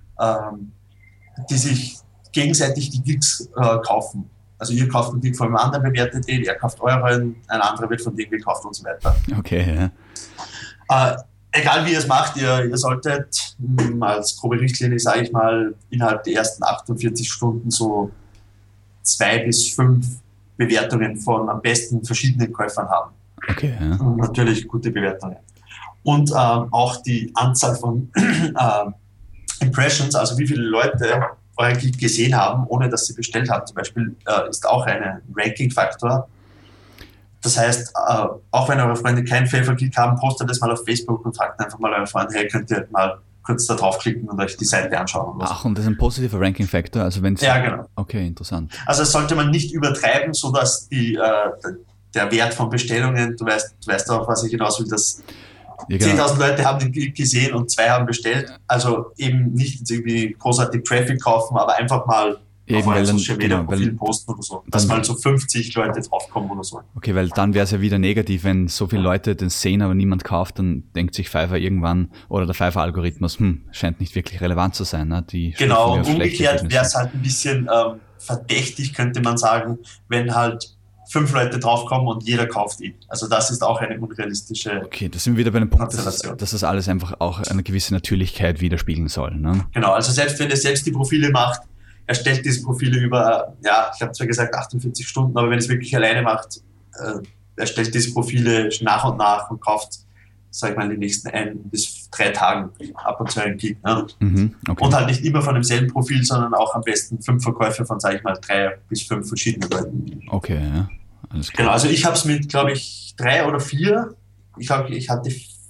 die sich gegenseitig die Gigs kaufen. Also ihr kauft einen Gig von einem anderen, bewertet den, er kauft euren, ein anderer wird von dem gekauft und so weiter. Okay, ja. Egal wie ihr es macht, ihr solltet als grobe Richtlinie, sage ich mal, innerhalb der ersten 48 Stunden so 2 bis 5 Bewertungen von am besten verschiedenen Käufern haben. Okay, ja. Und natürlich gute Bewertungen. Und auch die Anzahl von Impressions, also wie viele Leute euer Gig gesehen haben, ohne dass sie bestellt haben, zum Beispiel, ist auch ein Ranking-Faktor. Das heißt, auch wenn eure Freunde keinen Fiverr-Gig haben, postet das mal auf Facebook und fragt einfach mal eure Freunde, hey, könnt ihr mal kurz da draufklicken und euch die Seite anschauen. Ach, und das ist ein positiver Ranking-Faktor? Also ja, genau. Okay, interessant. Also das sollte man nicht übertreiben, sodass der Wert von Bestellungen, du weißt auch, was ich hinaus will, dass ja, genau. 10.000 Leute haben den Gig gesehen und 2 haben bestellt. Also eben nicht irgendwie großartig Traffic kaufen, aber einfach mal auf euren Social Media Profil posten oder so. Dass mal so 50 Leute draufkommen oder so. Okay, weil dann wäre es ja wieder negativ, wenn so viele Leute den sehen, aber niemand kauft, dann denkt sich Fiverr irgendwann, oder der Fiverr-Algorithmus, scheint nicht wirklich relevant zu sein. Ne? Genau, und umgekehrt wäre es halt ein bisschen verdächtig, könnte man sagen, wenn halt 5 Leute draufkommen und jeder kauft ihn. Also das ist auch eine unrealistische. Okay, da sind wir wieder bei dem Punkt, dass das alles einfach auch eine gewisse Natürlichkeit widerspiegeln soll. Ne? Genau, also selbst wenn ihr selbst die Profile macht, erstellt diese Profile über, ich habe zwar gesagt 48 Stunden, aber wenn ihr es wirklich alleine macht, erstellt diese Profile nach und nach und kauft, sag ich mal, in den nächsten 1 bis 3 Tagen ab und zu einen Gig. Ne? Okay. Und halt nicht immer von demselben Profil, sondern auch am besten 5 Verkäufe von, sag ich mal, 3 bis 5 verschiedenen Leuten. Okay, ja. Alles klar. Genau, also ich habe es mit, glaube ich, 3 oder 4. Ich hatte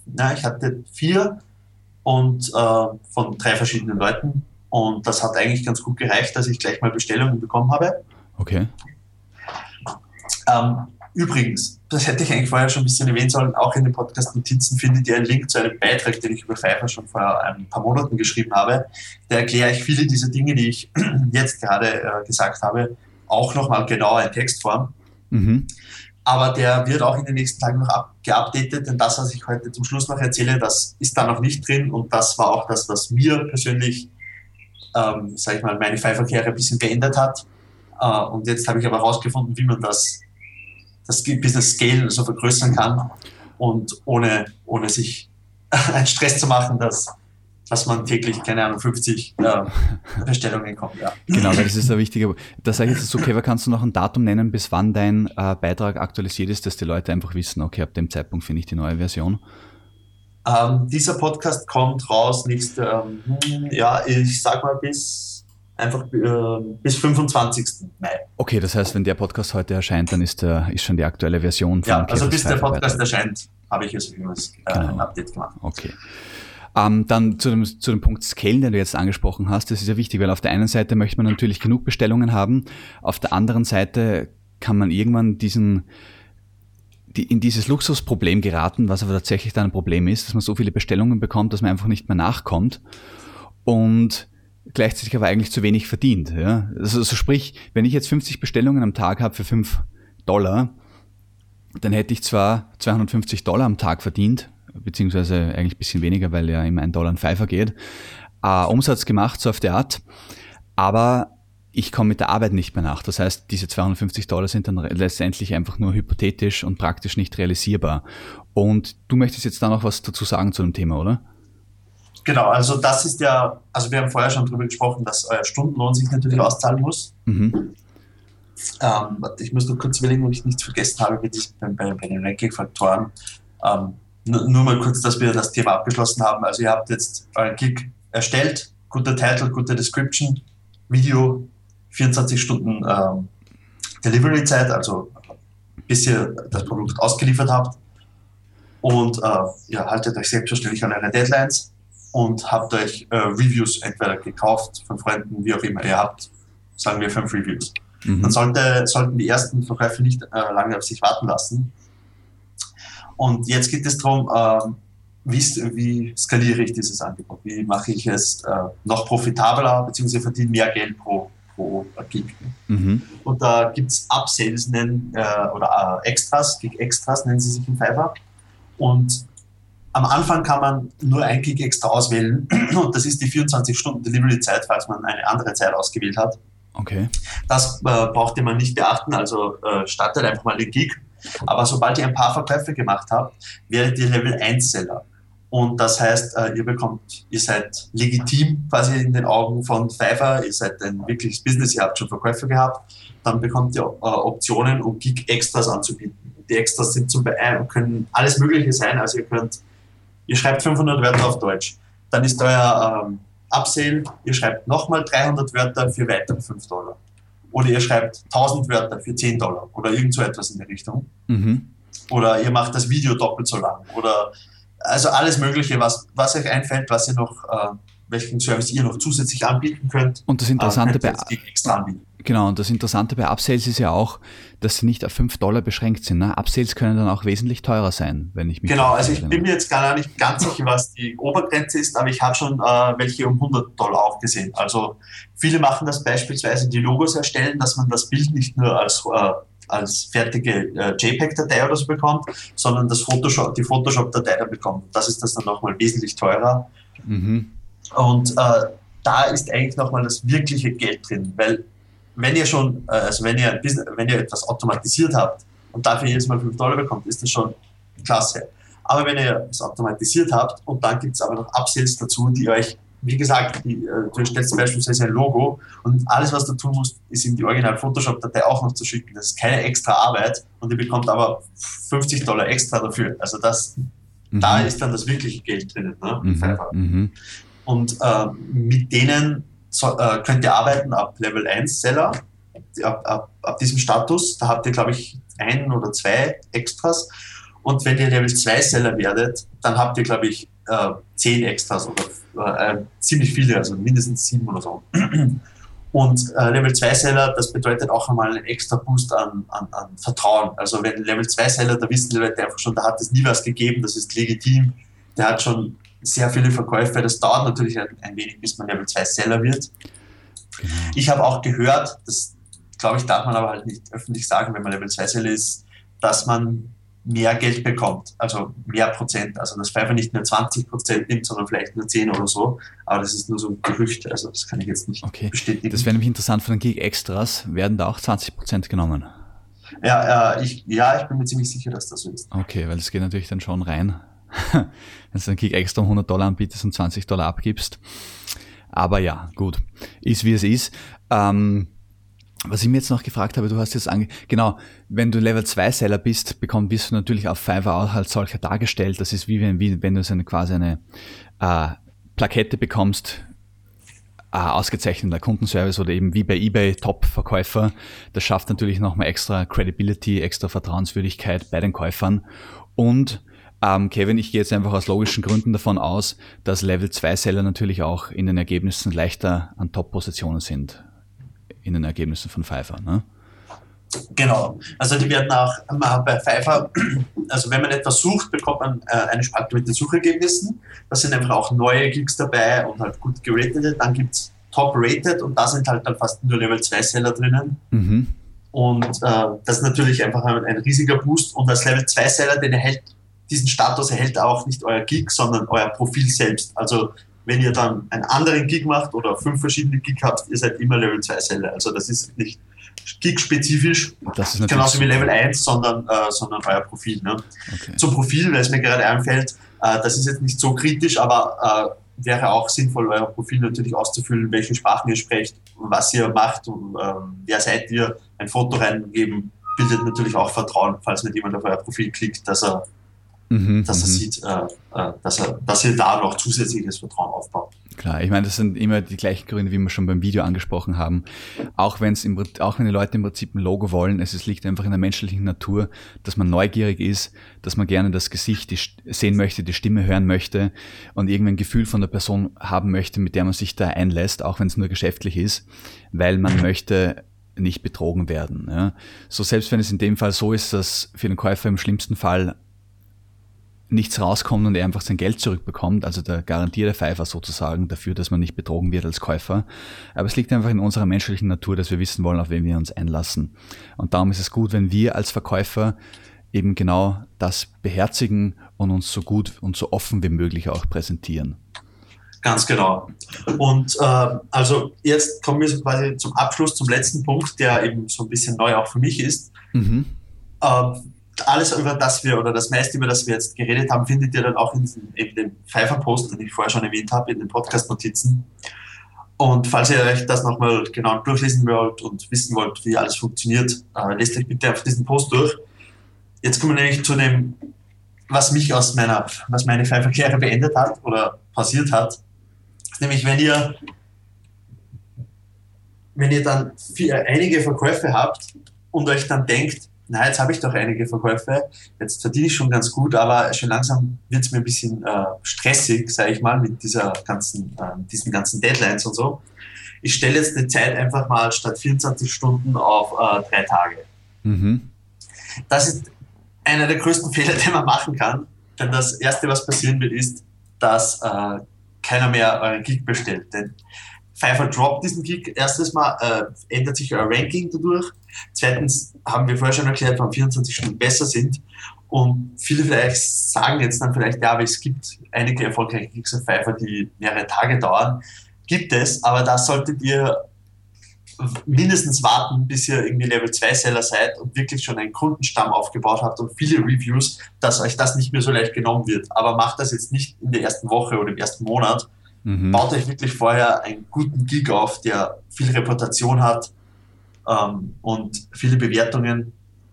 4 und von 3 verschiedenen Leuten. Und das hat eigentlich ganz gut gereicht, dass ich gleich mal Bestellungen bekommen habe. Okay. Übrigens, das hätte ich eigentlich vorher schon ein bisschen erwähnen sollen, auch in den Podcast-Notizen findet ihr einen Link zu einem Beitrag, den ich über Fiverr schon vor ein paar Monaten geschrieben habe. Da erkläre ich viele dieser Dinge, die ich jetzt gerade gesagt habe, auch nochmal genauer in Textform. Aber der wird auch in den nächsten Tagen noch geupdatet, denn das, was ich heute zum Schluss noch erzähle, das ist da noch nicht drin und das war auch das, was mir persönlich, sag ich mal, meine Fiverr-Karriere ein bisschen geändert hat. Und jetzt habe ich aber herausgefunden, wie man das Business Scale so vergrößern kann und ohne sich einen Stress zu machen, dass man täglich, keine Ahnung, 50 Bestellungen kommt. Ja. Genau, weil das ist ein wichtiger. Da sage ich jetzt so, okay, kannst du noch ein Datum nennen, bis wann dein Beitrag aktualisiert ist, dass die Leute einfach wissen, okay, ab dem Zeitpunkt finde ich die neue Version? Dieser Podcast kommt raus ich sag mal bis 25. Mai. Okay, das heißt, wenn der Podcast heute erscheint, dann ist schon die aktuelle Version von also bis der Podcast erscheint, habe ich jetzt ein Update gemacht. Okay. Dann zu dem Punkt Scale, den du jetzt angesprochen hast, das ist ja wichtig, weil auf der einen Seite möchte man natürlich genug Bestellungen haben, auf der anderen Seite kann man irgendwann in dieses Luxusproblem geraten, was aber tatsächlich dann ein Problem ist, dass man so viele Bestellungen bekommt, dass man einfach nicht mehr nachkommt und gleichzeitig aber eigentlich zu wenig verdient. Ja? Also sprich, wenn ich jetzt 50 Bestellungen am Tag habe für $5, dann hätte ich zwar $250 am Tag verdient, beziehungsweise eigentlich ein bisschen weniger, weil ja immer $1 in Fiverr geht, Umsatz gemacht, so auf der Art, aber ich komme mit der Arbeit nicht mehr nach. Das heißt, diese $250 sind dann letztendlich einfach nur hypothetisch und praktisch nicht realisierbar. Und du möchtest jetzt da noch was dazu sagen zu dem Thema, oder? Genau, also das ist ja, also wir haben vorher schon darüber gesprochen, dass euer Stundenlohn sich natürlich auszahlen muss. Ich muss nur kurz überlegen, ob ich nichts vergessen habe bei den Ranking-Faktoren. Nur mal kurz, dass wir das Thema abgeschlossen haben. Also ihr habt jetzt euren Gig erstellt, guter Titel, gute Description, Video, 24 Stunden Delivery-Zeit, also bis ihr das Produkt ausgeliefert habt und haltet euch selbstverständlich an eure Deadlines und habt euch Reviews entweder gekauft von Freunden, wie auch immer. Ihr habt, sagen wir, 5 Reviews. dann sollten die ersten Verkäufe nicht lange auf sich warten lassen. Und jetzt geht es darum, wie skaliere ich dieses Angebot? Wie mache ich es noch profitabler, beziehungsweise verdiene mehr Geld pro Gig? Und da gibt es Upsales oder Extras, Gig-Extras nennen sie sich im Fiverr. Und am Anfang kann man nur ein Gig extra auswählen und das ist die 24-Stunden-Delivery-Zeit, falls man eine andere Zeit ausgewählt hat. Okay. Das braucht man nicht beachten, also startet einfach mal den Gig. Aber sobald ihr ein paar Verkäufe gemacht habt, werdet ihr Level 1 Seller. Und das heißt, ihr seid legitim quasi in den Augen von Fiverr, ihr seid ein wirkliches Business, ihr habt schon Verkäufe gehabt, dann bekommt ihr Optionen, um Gig-Extras anzubieten. Die Extras sind können alles Mögliche sein, also ihr schreibt 500 Wörter auf Deutsch, dann ist euer Upsale, ihr schreibt nochmal 300 Wörter für weitere $5. Oder ihr schreibt 1000 Wörter für $10 oder irgend so etwas in der Richtung. Oder ihr macht das Video doppelt so lang. Oder also alles Mögliche, was euch einfällt, was ihr noch, welchen Service ihr noch zusätzlich anbieten könnt. Und das Interessante extra anbieten. Genau, und das Interessante bei Upsales ist ja auch, dass sie nicht auf $5 beschränkt sind. Ne? Upsales können dann auch wesentlich teurer sein, wenn ich mich Genau, also ich bin mir jetzt gar nicht ganz sicher, was die Obergrenze ist, aber ich habe schon welche um $100 auch gesehen. Also viele machen das beispielsweise, die Logos erstellen, dass man das Bild nicht nur als fertige JPEG-Datei oder so bekommt, sondern die Photoshop-Datei dann bekommt. Das ist das dann nochmal wesentlich teurer. Und da ist eigentlich nochmal das wirkliche Geld drin, weil wenn ihr etwas automatisiert habt und dafür jedes Mal $5 bekommt, ist das schon klasse. Aber wenn ihr es automatisiert habt und dann gibt es aber noch Upsells dazu, die euch, wie gesagt, du erstellst beispielsweise ein Logo und alles, was du tun musst, ist in die Original-Photoshop-Datei auch noch zu schicken. Das ist keine extra Arbeit und ihr bekommt aber $50 extra dafür. Also da ist dann das wirkliche Geld drinnen, ne? Und mit denen könnt ihr arbeiten ab Level 1 Seller, ab diesem Status. Da habt ihr, glaube ich, 1 oder 2 Extras. Und wenn ihr Level 2 Seller werdet, dann habt ihr, glaube ich, 10 Extras oder ziemlich viele, also mindestens 7 oder so. Und Level 2 Seller, das bedeutet auch einmal einen extra Boost an Vertrauen. Also wenn Level 2 Seller, da wissen die Leute einfach schon, da hat es nie was gegeben, das ist legitim, der hat schon sehr viele Verkäufe. Das dauert natürlich ein wenig, bis man Level 2 Seller wird. Genau. Ich habe auch gehört, das glaube ich, darf man aber halt nicht öffentlich sagen, wenn man Level 2 Seller ist, dass man mehr Geld bekommt, also mehr Prozent. Also dass Fiverr nicht nur 20% nimmt, sondern vielleicht nur 10 oder so. Aber das ist nur so ein Gerücht, also das kann ich jetzt nicht bestätigen. Das wäre nämlich interessant, von den Gig-Extras werden da auch 20% genommen. Ja, ich bin mir ziemlich sicher, dass das so ist. Okay, weil das geht natürlich dann schon rein. Wenn du einen Gig extra um $100 anbietest und $20 abgibst. Aber ja, gut. Ist wie es ist. Was ich mir jetzt noch gefragt habe, du hast jetzt genau, wenn du Level 2 Seller bist, wirst du natürlich auf Fiverr auch halt solcher dargestellt. Das ist wie wenn du quasi eine Plakette bekommst, ausgezeichneter Kundenservice oder eben wie bei eBay Top-Verkäufer. Das schafft natürlich nochmal extra Credibility, extra Vertrauenswürdigkeit bei den Käufern. Und Kevin, ich gehe jetzt einfach aus logischen Gründen davon aus, dass Level 2 Seller natürlich auch in den Ergebnissen leichter an Top-Positionen sind. In den Ergebnissen von Fiverr, ne? Genau. Also die werden auch bei Fiverr, also wenn man etwas sucht, bekommt man eine Spalte mit den Suchergebnissen. Da sind einfach auch neue Gigs dabei und halt gut geratete. Dann gibt es Top-Rated und da sind halt dann fast nur Level 2 Seller drinnen. Und das ist natürlich einfach ein riesiger Boost. Und als Level 2 Seller, diesen Status erhält auch nicht euer Gig, sondern euer Profil selbst. Also wenn ihr dann einen anderen Gig macht oder 5 verschiedene Gig habt, ihr seid immer Level 2 Seller. Also das ist nicht Gig-spezifisch, genauso wie Level 1, sondern euer Profil. Ne? Okay. Zum Profil, weil es mir gerade einfällt, das ist jetzt nicht so kritisch, aber wäre auch sinnvoll, euer Profil natürlich auszufüllen, welche Sprachen ihr sprecht, was ihr macht, und, wer seid ihr, ein Foto reingeben, bildet natürlich auch Vertrauen, falls nicht jemand auf euer Profil klickt, dass er sieht, dass ihr da noch zusätzliches Vertrauen aufbaut. Klar, ich meine, das sind immer die gleichen Gründe, wie wir schon beim Video angesprochen haben. Auch wenn die Leute im Prinzip ein Logo wollen, es liegt einfach in der menschlichen Natur, dass man neugierig ist, dass man gerne das Gesicht sehen möchte, die Stimme hören möchte und irgendwie ein Gefühl von der Person haben möchte, mit der man sich da einlässt, auch wenn es nur geschäftlich ist, weil man möchte nicht betrogen werden. Ja. So selbst wenn es in dem Fall so ist, dass für den Käufer im schlimmsten Fall nichts rauskommt und er einfach sein Geld zurückbekommt, also der garantierte Pfeifer sozusagen dafür, dass man nicht betrogen wird als Käufer. Aber es liegt einfach in unserer menschlichen Natur, dass wir wissen wollen, auf wen wir uns einlassen. Und darum ist es gut, wenn wir als Verkäufer eben genau das beherzigen und uns so gut und so offen wie möglich auch präsentieren. Ganz genau. Und also jetzt kommen wir so quasi zum Abschluss, zum letzten Punkt, der eben so ein bisschen neu auch für mich ist. Alles, über das wir, oder das meiste, über das wir jetzt geredet haben, findet ihr dann auch in dem Pfeifer-Post, den ich vorher schon erwähnt habe, in den Podcast-Notizen. Und falls ihr euch das nochmal genau durchlesen wollt und wissen wollt, wie alles funktioniert, lest euch bitte auf diesen Post durch. Jetzt kommen wir nämlich zu dem, was meine Pfeiferkarriere beendet hat oder passiert hat. Nämlich, wenn ihr dann einige Verkäufe habt und euch dann denkt, na, jetzt habe ich doch einige Verkäufe, jetzt verdiene ich schon ganz gut, aber schon langsam wird es mir ein bisschen stressig, sage ich mal, mit diesen ganzen Deadlines und so. Ich stelle jetzt die Zeit einfach mal statt 24 Stunden auf 3 Tage. Das ist einer der größten Fehler, den man machen kann, denn das Erste, was passieren wird, ist, dass keiner mehr euren Gig bestellt. Denn Pfeifer droppt diesen Gig. Erstens mal ändert sich euer Ranking dadurch. Zweitens haben wir vorher schon erklärt, warum 24 Stunden besser sind. Und viele vielleicht sagen jetzt dann vielleicht, ja, aber es gibt einige erfolgreiche Gigs auf Pfeifer, die mehrere Tage dauern. Gibt es, aber da solltet ihr mindestens warten, bis ihr irgendwie Level 2 Seller seid und wirklich schon einen Kundenstamm aufgebaut habt und viele Reviews, dass euch das nicht mehr so leicht genommen wird. Aber macht das jetzt nicht in der ersten Woche oder im ersten Monat. Baut euch wirklich vorher einen guten Gig auf, der viel Reputation hat und viele Bewertungen.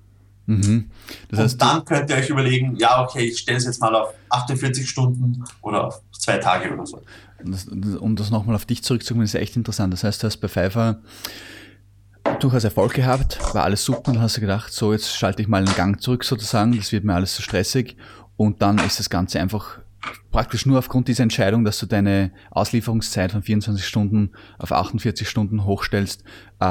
Das heißt, und dann könnt ihr euch überlegen, ja, okay, ich stelle es jetzt mal auf 48 Stunden oder auf 2 Tage oder so. Um das nochmal auf dich zurückzukommen, ist ja echt interessant. Das heißt, du hast bei Pfeifer durchaus Erfolg gehabt, war alles super und hast du gedacht, so jetzt schalte ich mal einen Gang zurück sozusagen, das wird mir alles zu stressig und dann ist das Ganze einfach praktisch nur aufgrund dieser Entscheidung, dass du deine Auslieferungszeit von 24 Stunden auf 48 Stunden hochstellst,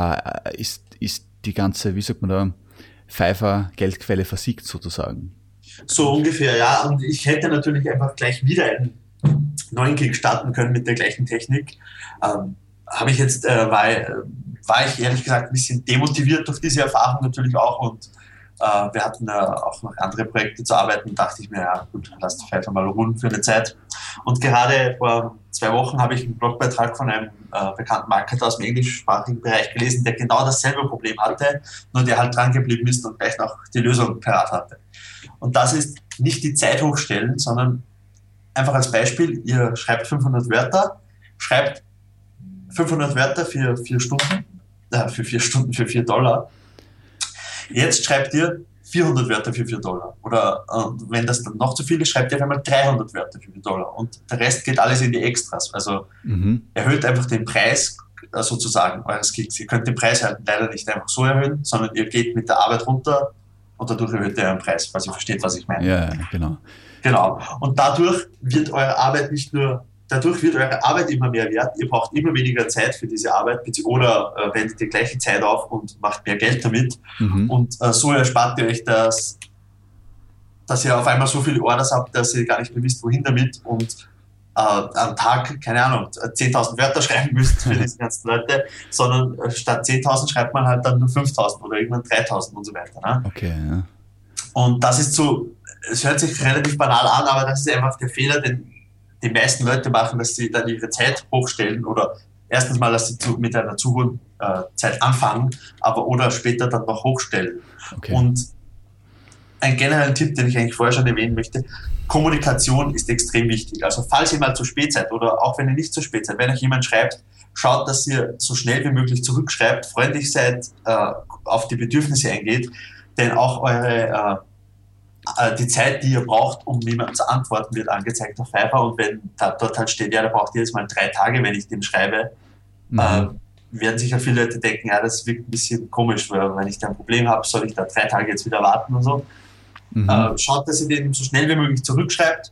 ist die ganze, wie sagt man da, Pfeifer-Geldquelle versiegt sozusagen. So ungefähr, ja. Und ich hätte natürlich einfach gleich wieder einen neuen Gig starten können mit der gleichen Technik. Habe ich jetzt, war ich ehrlich gesagt ein bisschen demotiviert durch diese Erfahrung natürlich auch und wir hatten auch noch andere Projekte zu arbeiten, dachte ich mir, ja gut, lass die Pfeifer mal ruhen für eine Zeit. Und gerade vor 2 Wochen habe ich einen Blogbeitrag von einem bekannten Marketer aus dem englischsprachigen Bereich gelesen, der genau dasselbe Problem hatte, nur der halt dran geblieben ist und gleich noch die Lösung parat hatte. Und das ist nicht die Zeit hochstellen, sondern einfach als Beispiel, ihr schreibt 500 Wörter, schreibt 500 Wörter für 4 Stunden, für $4. Jetzt schreibt ihr 400 Wörter für $4. Oder wenn das dann noch zu viel ist, schreibt ihr auf einmal 300 Wörter für $4. Und der Rest geht alles in die Extras. Also erhöht einfach den Preis sozusagen eures Gigs. Ihr könnt den Preis halt leider nicht einfach so erhöhen, sondern ihr geht mit der Arbeit runter und dadurch erhöht ihr euren Preis, falls ihr versteht, was ich meine. Ja, genau. Genau. Und dadurch wird eure Arbeit immer mehr wert. Ihr braucht immer weniger Zeit für diese Arbeit oder wendet die gleiche Zeit auf und macht mehr Geld damit. Und so erspart ihr euch das, dass ihr auf einmal so viele Orders habt, dass ihr gar nicht mehr wisst, wohin damit und am Tag, keine Ahnung, 10.000 Wörter schreiben müsst für diese ganzen Leute, sondern statt 10.000 schreibt man halt dann nur 5.000 oder irgendwann 3.000 und so weiter. Ne? Okay, ja. Und das ist so, es hört sich relativ banal an, aber das ist einfach der Fehler, den die meisten Leute machen, dass sie dann ihre Zeit hochstellen oder erstens mal, dass sie mit einer zu hohen Zeit anfangen, oder später dann noch hochstellen. Okay. Und ein genereller Tipp, den ich eigentlich vorher schon erwähnen möchte, Kommunikation ist extrem wichtig. Also falls ihr mal zu spät seid oder auch wenn ihr nicht zu spät seid, wenn euch jemand schreibt, schaut, dass ihr so schnell wie möglich zurückschreibt, freundlich seid, auf die Bedürfnisse eingeht, denn auch die Zeit, die ihr braucht, um jemandem zu antworten, wird angezeigt auf Pfeifer und wenn dort halt steht, ja, da braucht ihr jetzt mal 3 Tage, wenn ich dem schreibe, werden sicher viele Leute denken, ja, das wirkt ein bisschen komisch, weil wenn ich da ein Problem habe, soll ich da 3 Tage jetzt wieder warten und so. Schaut, dass ihr den so schnell wie möglich zurückschreibt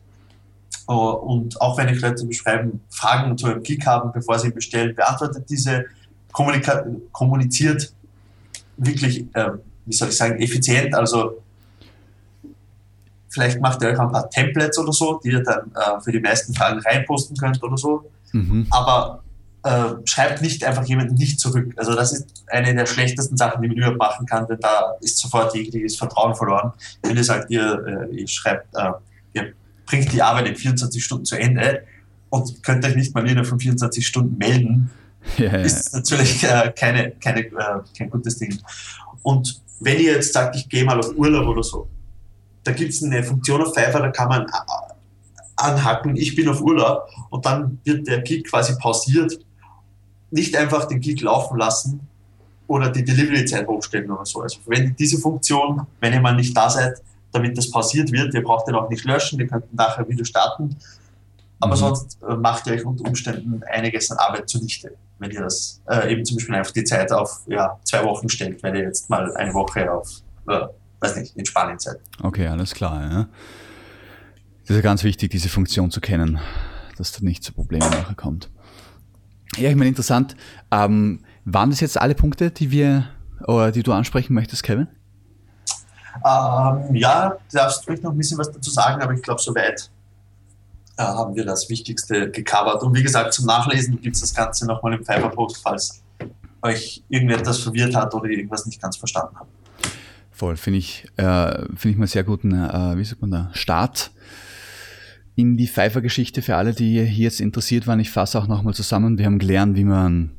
und auch wenn euch Leute beschreiben, Fragen zu einem Gig haben, bevor sie bestellen, beantwortet diese, kommuniziert wirklich, wie soll ich sagen, effizient. Also vielleicht macht ihr euch ein paar Templates oder so, die ihr dann für die meisten Fragen reinposten könnt oder so. Aber schreibt nicht einfach jemanden nicht zurück. Also das ist eine der schlechtesten Sachen, die man überhaupt machen kann, denn da ist sofort jegliches Vertrauen verloren. Wenn ihr sagt, ihr schreibt, ihr bringt die Arbeit in 24 Stunden zu Ende und könnt euch nicht mal innerhalb von 24 Stunden melden, ist natürlich kein gutes Ding. Und wenn ihr jetzt sagt, ich gehe mal auf Urlaub oder so, da gibt es eine Funktion auf Fiverr, da kann man anhaken, ich bin auf Urlaub, und dann wird der Gig quasi pausiert. Nicht einfach den Gig laufen lassen oder die Delivery-Zeit hochstellen oder so. Also verwendet diese Funktion, wenn ihr mal nicht da seid, damit das pausiert wird. Ihr braucht den auch nicht löschen, ihr könnt nachher wieder starten. Aber sonst macht ihr euch unter Umständen einiges an Arbeit zunichte, wenn ihr das eben zum Beispiel einfach die Zeit auf 2 Wochen stellt, wenn ihr jetzt mal eine Woche auf, in Spanien seid. Okay, alles klar. Ja. Das ist ja ganz wichtig, diese Funktion zu kennen, dass da nicht zu Problemen nachher kommt. Ja, ich meine, interessant. Waren das jetzt alle Punkte, die du ansprechen möchtest, Kevin? Ja, du darfst ruhig noch ein bisschen was dazu sagen, aber ich glaube, soweit haben wir das Wichtigste gecovert. Und wie gesagt, zum Nachlesen gibt es das Ganze nochmal im Fiverr-Post, falls euch irgendetwas verwirrt hat oder irgendwas nicht ganz verstanden habt. Voll, finde ich mal sehr guten, Start in die Fiverr-Geschichte für alle, die hier jetzt interessiert waren. Ich fasse auch nochmal zusammen. Wir haben gelernt, wie man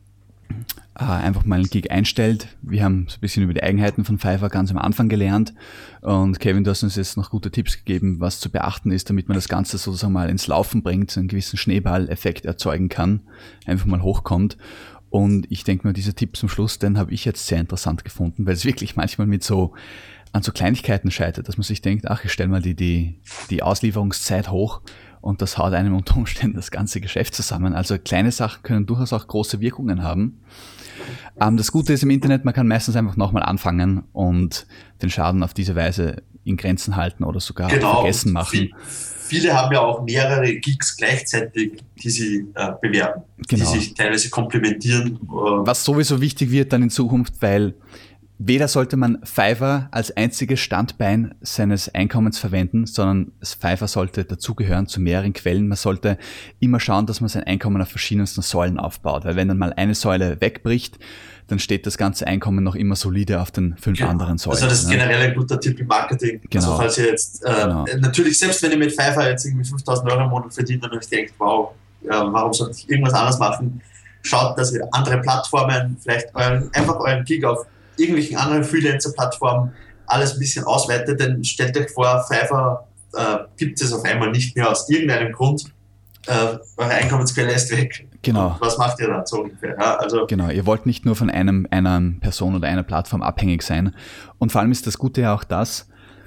einfach mal einen Gig einstellt. Wir haben so ein bisschen über die Eigenheiten von Fiverr ganz am Anfang gelernt. Und Kevin, du hast uns jetzt noch gute Tipps gegeben, was zu beachten ist, damit man das Ganze sozusagen mal ins Laufen bringt, einen gewissen Schneeball-Effekt erzeugen kann, einfach mal hochkommt. Und ich denke mal, dieser Tipp zum Schluss, den habe ich jetzt sehr interessant gefunden, weil es wirklich manchmal an so Kleinigkeiten scheitert, dass man sich denkt, ach, ich stelle mal die Auslieferungszeit hoch und das haut einem unter Umständen das ganze Geschäft zusammen. Also kleine Sachen können durchaus auch große Wirkungen haben. Das Gute ist im Internet, man kann meistens einfach nochmal anfangen und den Schaden auf diese Weise in Grenzen halten oder sogar vergessen machen. Viele haben ja auch mehrere Gigs gleichzeitig, die sie bewerben, die sich teilweise komplementieren. Was sowieso wichtig wird dann in Zukunft, weil weder sollte man Fiverr als einziges Standbein seines Einkommens verwenden, sondern Fiverr sollte dazugehören zu mehreren Quellen. Man sollte immer schauen, dass man sein Einkommen auf verschiedensten Säulen aufbaut, weil wenn dann mal eine Säule wegbricht, dann steht das ganze Einkommen noch immer solide auf den 5 anderen Säulen. Also das ist generell ein guter Tipp im Marketing. Genau. Also falls ihr jetzt, natürlich selbst wenn ihr mit Fiverr jetzt irgendwie 5.000 € im Monat verdient und euch denkt, wow, warum sollte ich irgendwas anderes machen, schaut, dass ihr andere Plattformen, vielleicht einfach euren Gig auf irgendwelchen anderen Freelancer-Plattformen alles ein bisschen ausweitet, denn stellt euch vor, Fiverr gibt es auf einmal nicht mehr aus irgendeinem Grund. Eure Einkommensquelle ist weg. Genau. Und was macht ihr dann so ungefähr? Ja, also genau, ihr wollt nicht nur von einer Person oder einer Plattform abhängig sein. Und vor allem ist das Gute ja auch das,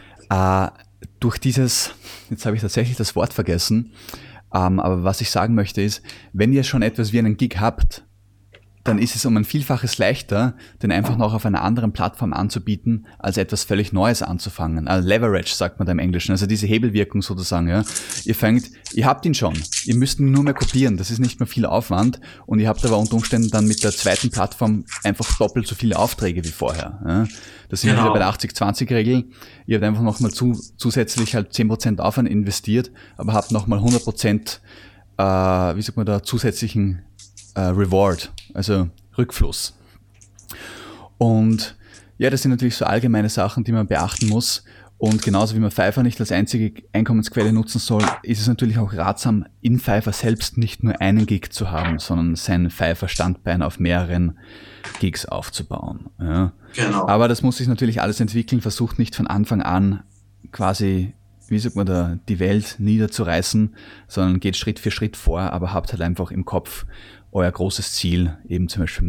durch dieses, jetzt habe ich tatsächlich das Wort vergessen, aber was ich sagen möchte ist, wenn ihr schon etwas wie einen Gig habt, dann ist es um ein Vielfaches leichter, den einfach noch auf einer anderen Plattform anzubieten, als etwas völlig Neues anzufangen. Also Leverage sagt man da im Englischen, also diese Hebelwirkung sozusagen. Ja. Ihr habt ihn schon, ihr müsst ihn nur mehr kopieren, das ist nicht mehr viel Aufwand und ihr habt aber unter Umständen dann mit der zweiten Plattform einfach doppelt so viele Aufträge wie vorher. Ja. Das sind wir wieder bei der 80-20-Regel. Ihr habt einfach nochmal zusätzlich halt 10% Aufwand investiert, aber habt nochmal 100% zusätzlichen Reward, also Rückfluss. Und ja, das sind natürlich so allgemeine Sachen, die man beachten muss. Und genauso wie man Fiverr nicht als einzige Einkommensquelle nutzen soll, ist es natürlich auch ratsam, in Fiverr selbst nicht nur einen Gig zu haben, sondern sein Fiverr-Standbein auf mehreren Gigs aufzubauen. Ja. Genau. Aber das muss sich natürlich alles entwickeln. Versucht nicht von Anfang an quasi, die Welt niederzureißen, sondern geht Schritt für Schritt vor, aber habt halt einfach im Kopf euer großes Ziel, eben zum Beispiel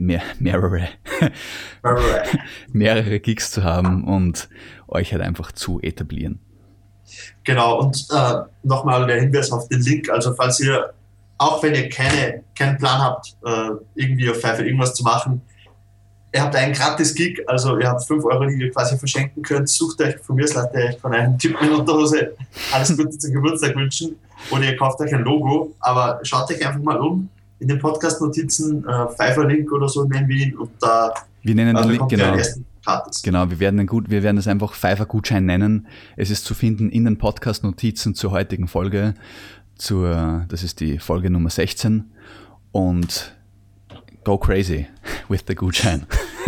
mehrere Gigs zu haben und euch halt einfach zu etablieren. Genau, und nochmal der Hinweis auf den Link, also falls ihr, auch wenn ihr keinen Plan habt, irgendwie auf Fiverr irgendwas zu machen, ihr habt einen gratis Gig, also ihr habt 5 €, die ihr quasi verschenken könnt, sucht euch von mir, lasst ihr euch von einem Typen in Unterhose alles Gute zum Geburtstag wünschen oder ihr kauft euch ein Logo, aber schaut euch einfach mal um, in den Podcast-Notizen Fiverr-Link oder so nennen wir ihn und da wir nennen den Link, genau. Gratis. Genau, wir werden es einfach Fiverr-Gutschein nennen. Es ist zu finden in den Podcast-Notizen zur heutigen Folge. Das ist die Folge Nummer 16 und go crazy with the Gutschein.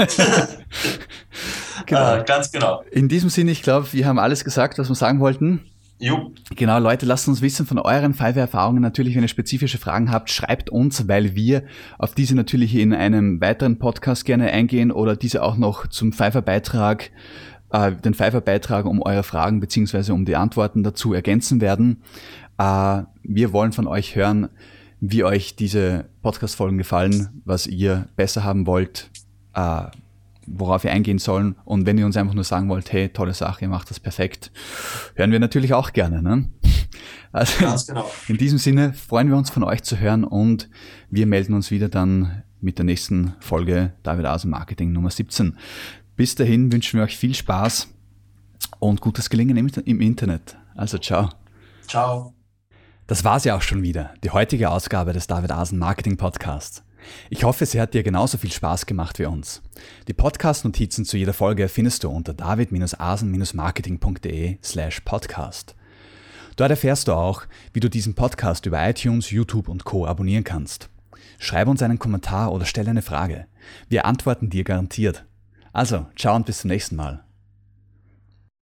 Genau. Ganz genau. In diesem Sinne, ich glaube, wir haben alles gesagt, was wir sagen wollten. Jo. Genau, Leute, lasst uns wissen von euren Fiverr-Erfahrungen. Natürlich, wenn ihr spezifische Fragen habt, schreibt uns, weil wir auf diese natürlich in einem weiteren Podcast gerne eingehen oder diese auch noch zum Fiverr-Beitrag, den Fiverr-Beitrag um eure Fragen beziehungsweise um die Antworten dazu ergänzen werden. Wir wollen von euch hören, wie euch diese Podcast-Folgen gefallen, was ihr besser haben wollt, worauf wir eingehen sollen. Und wenn ihr uns einfach nur sagen wollt, hey, tolle Sache, ihr macht das perfekt, hören wir natürlich auch gerne. Ne? Also ganz genau. In diesem Sinne freuen wir uns von euch zu hören und wir melden uns wieder dann mit der nächsten Folge David Asen Marketing Nummer 17. Bis dahin wünschen wir euch viel Spaß und gutes Gelingen im Internet. Also ciao. Ciao. Das war's ja auch schon wieder, die heutige Ausgabe des David Asen Marketing Podcasts. Ich hoffe, sie hat dir genauso viel Spaß gemacht wie uns. Die Podcast-Notizen zu jeder Folge findest du unter david-asen-marketing.de/podcast. Dort erfährst du auch, wie du diesen Podcast über iTunes, YouTube und Co. abonnieren kannst. Schreib uns einen Kommentar oder stell eine Frage. Wir antworten dir garantiert. Also, ciao und bis zum nächsten Mal.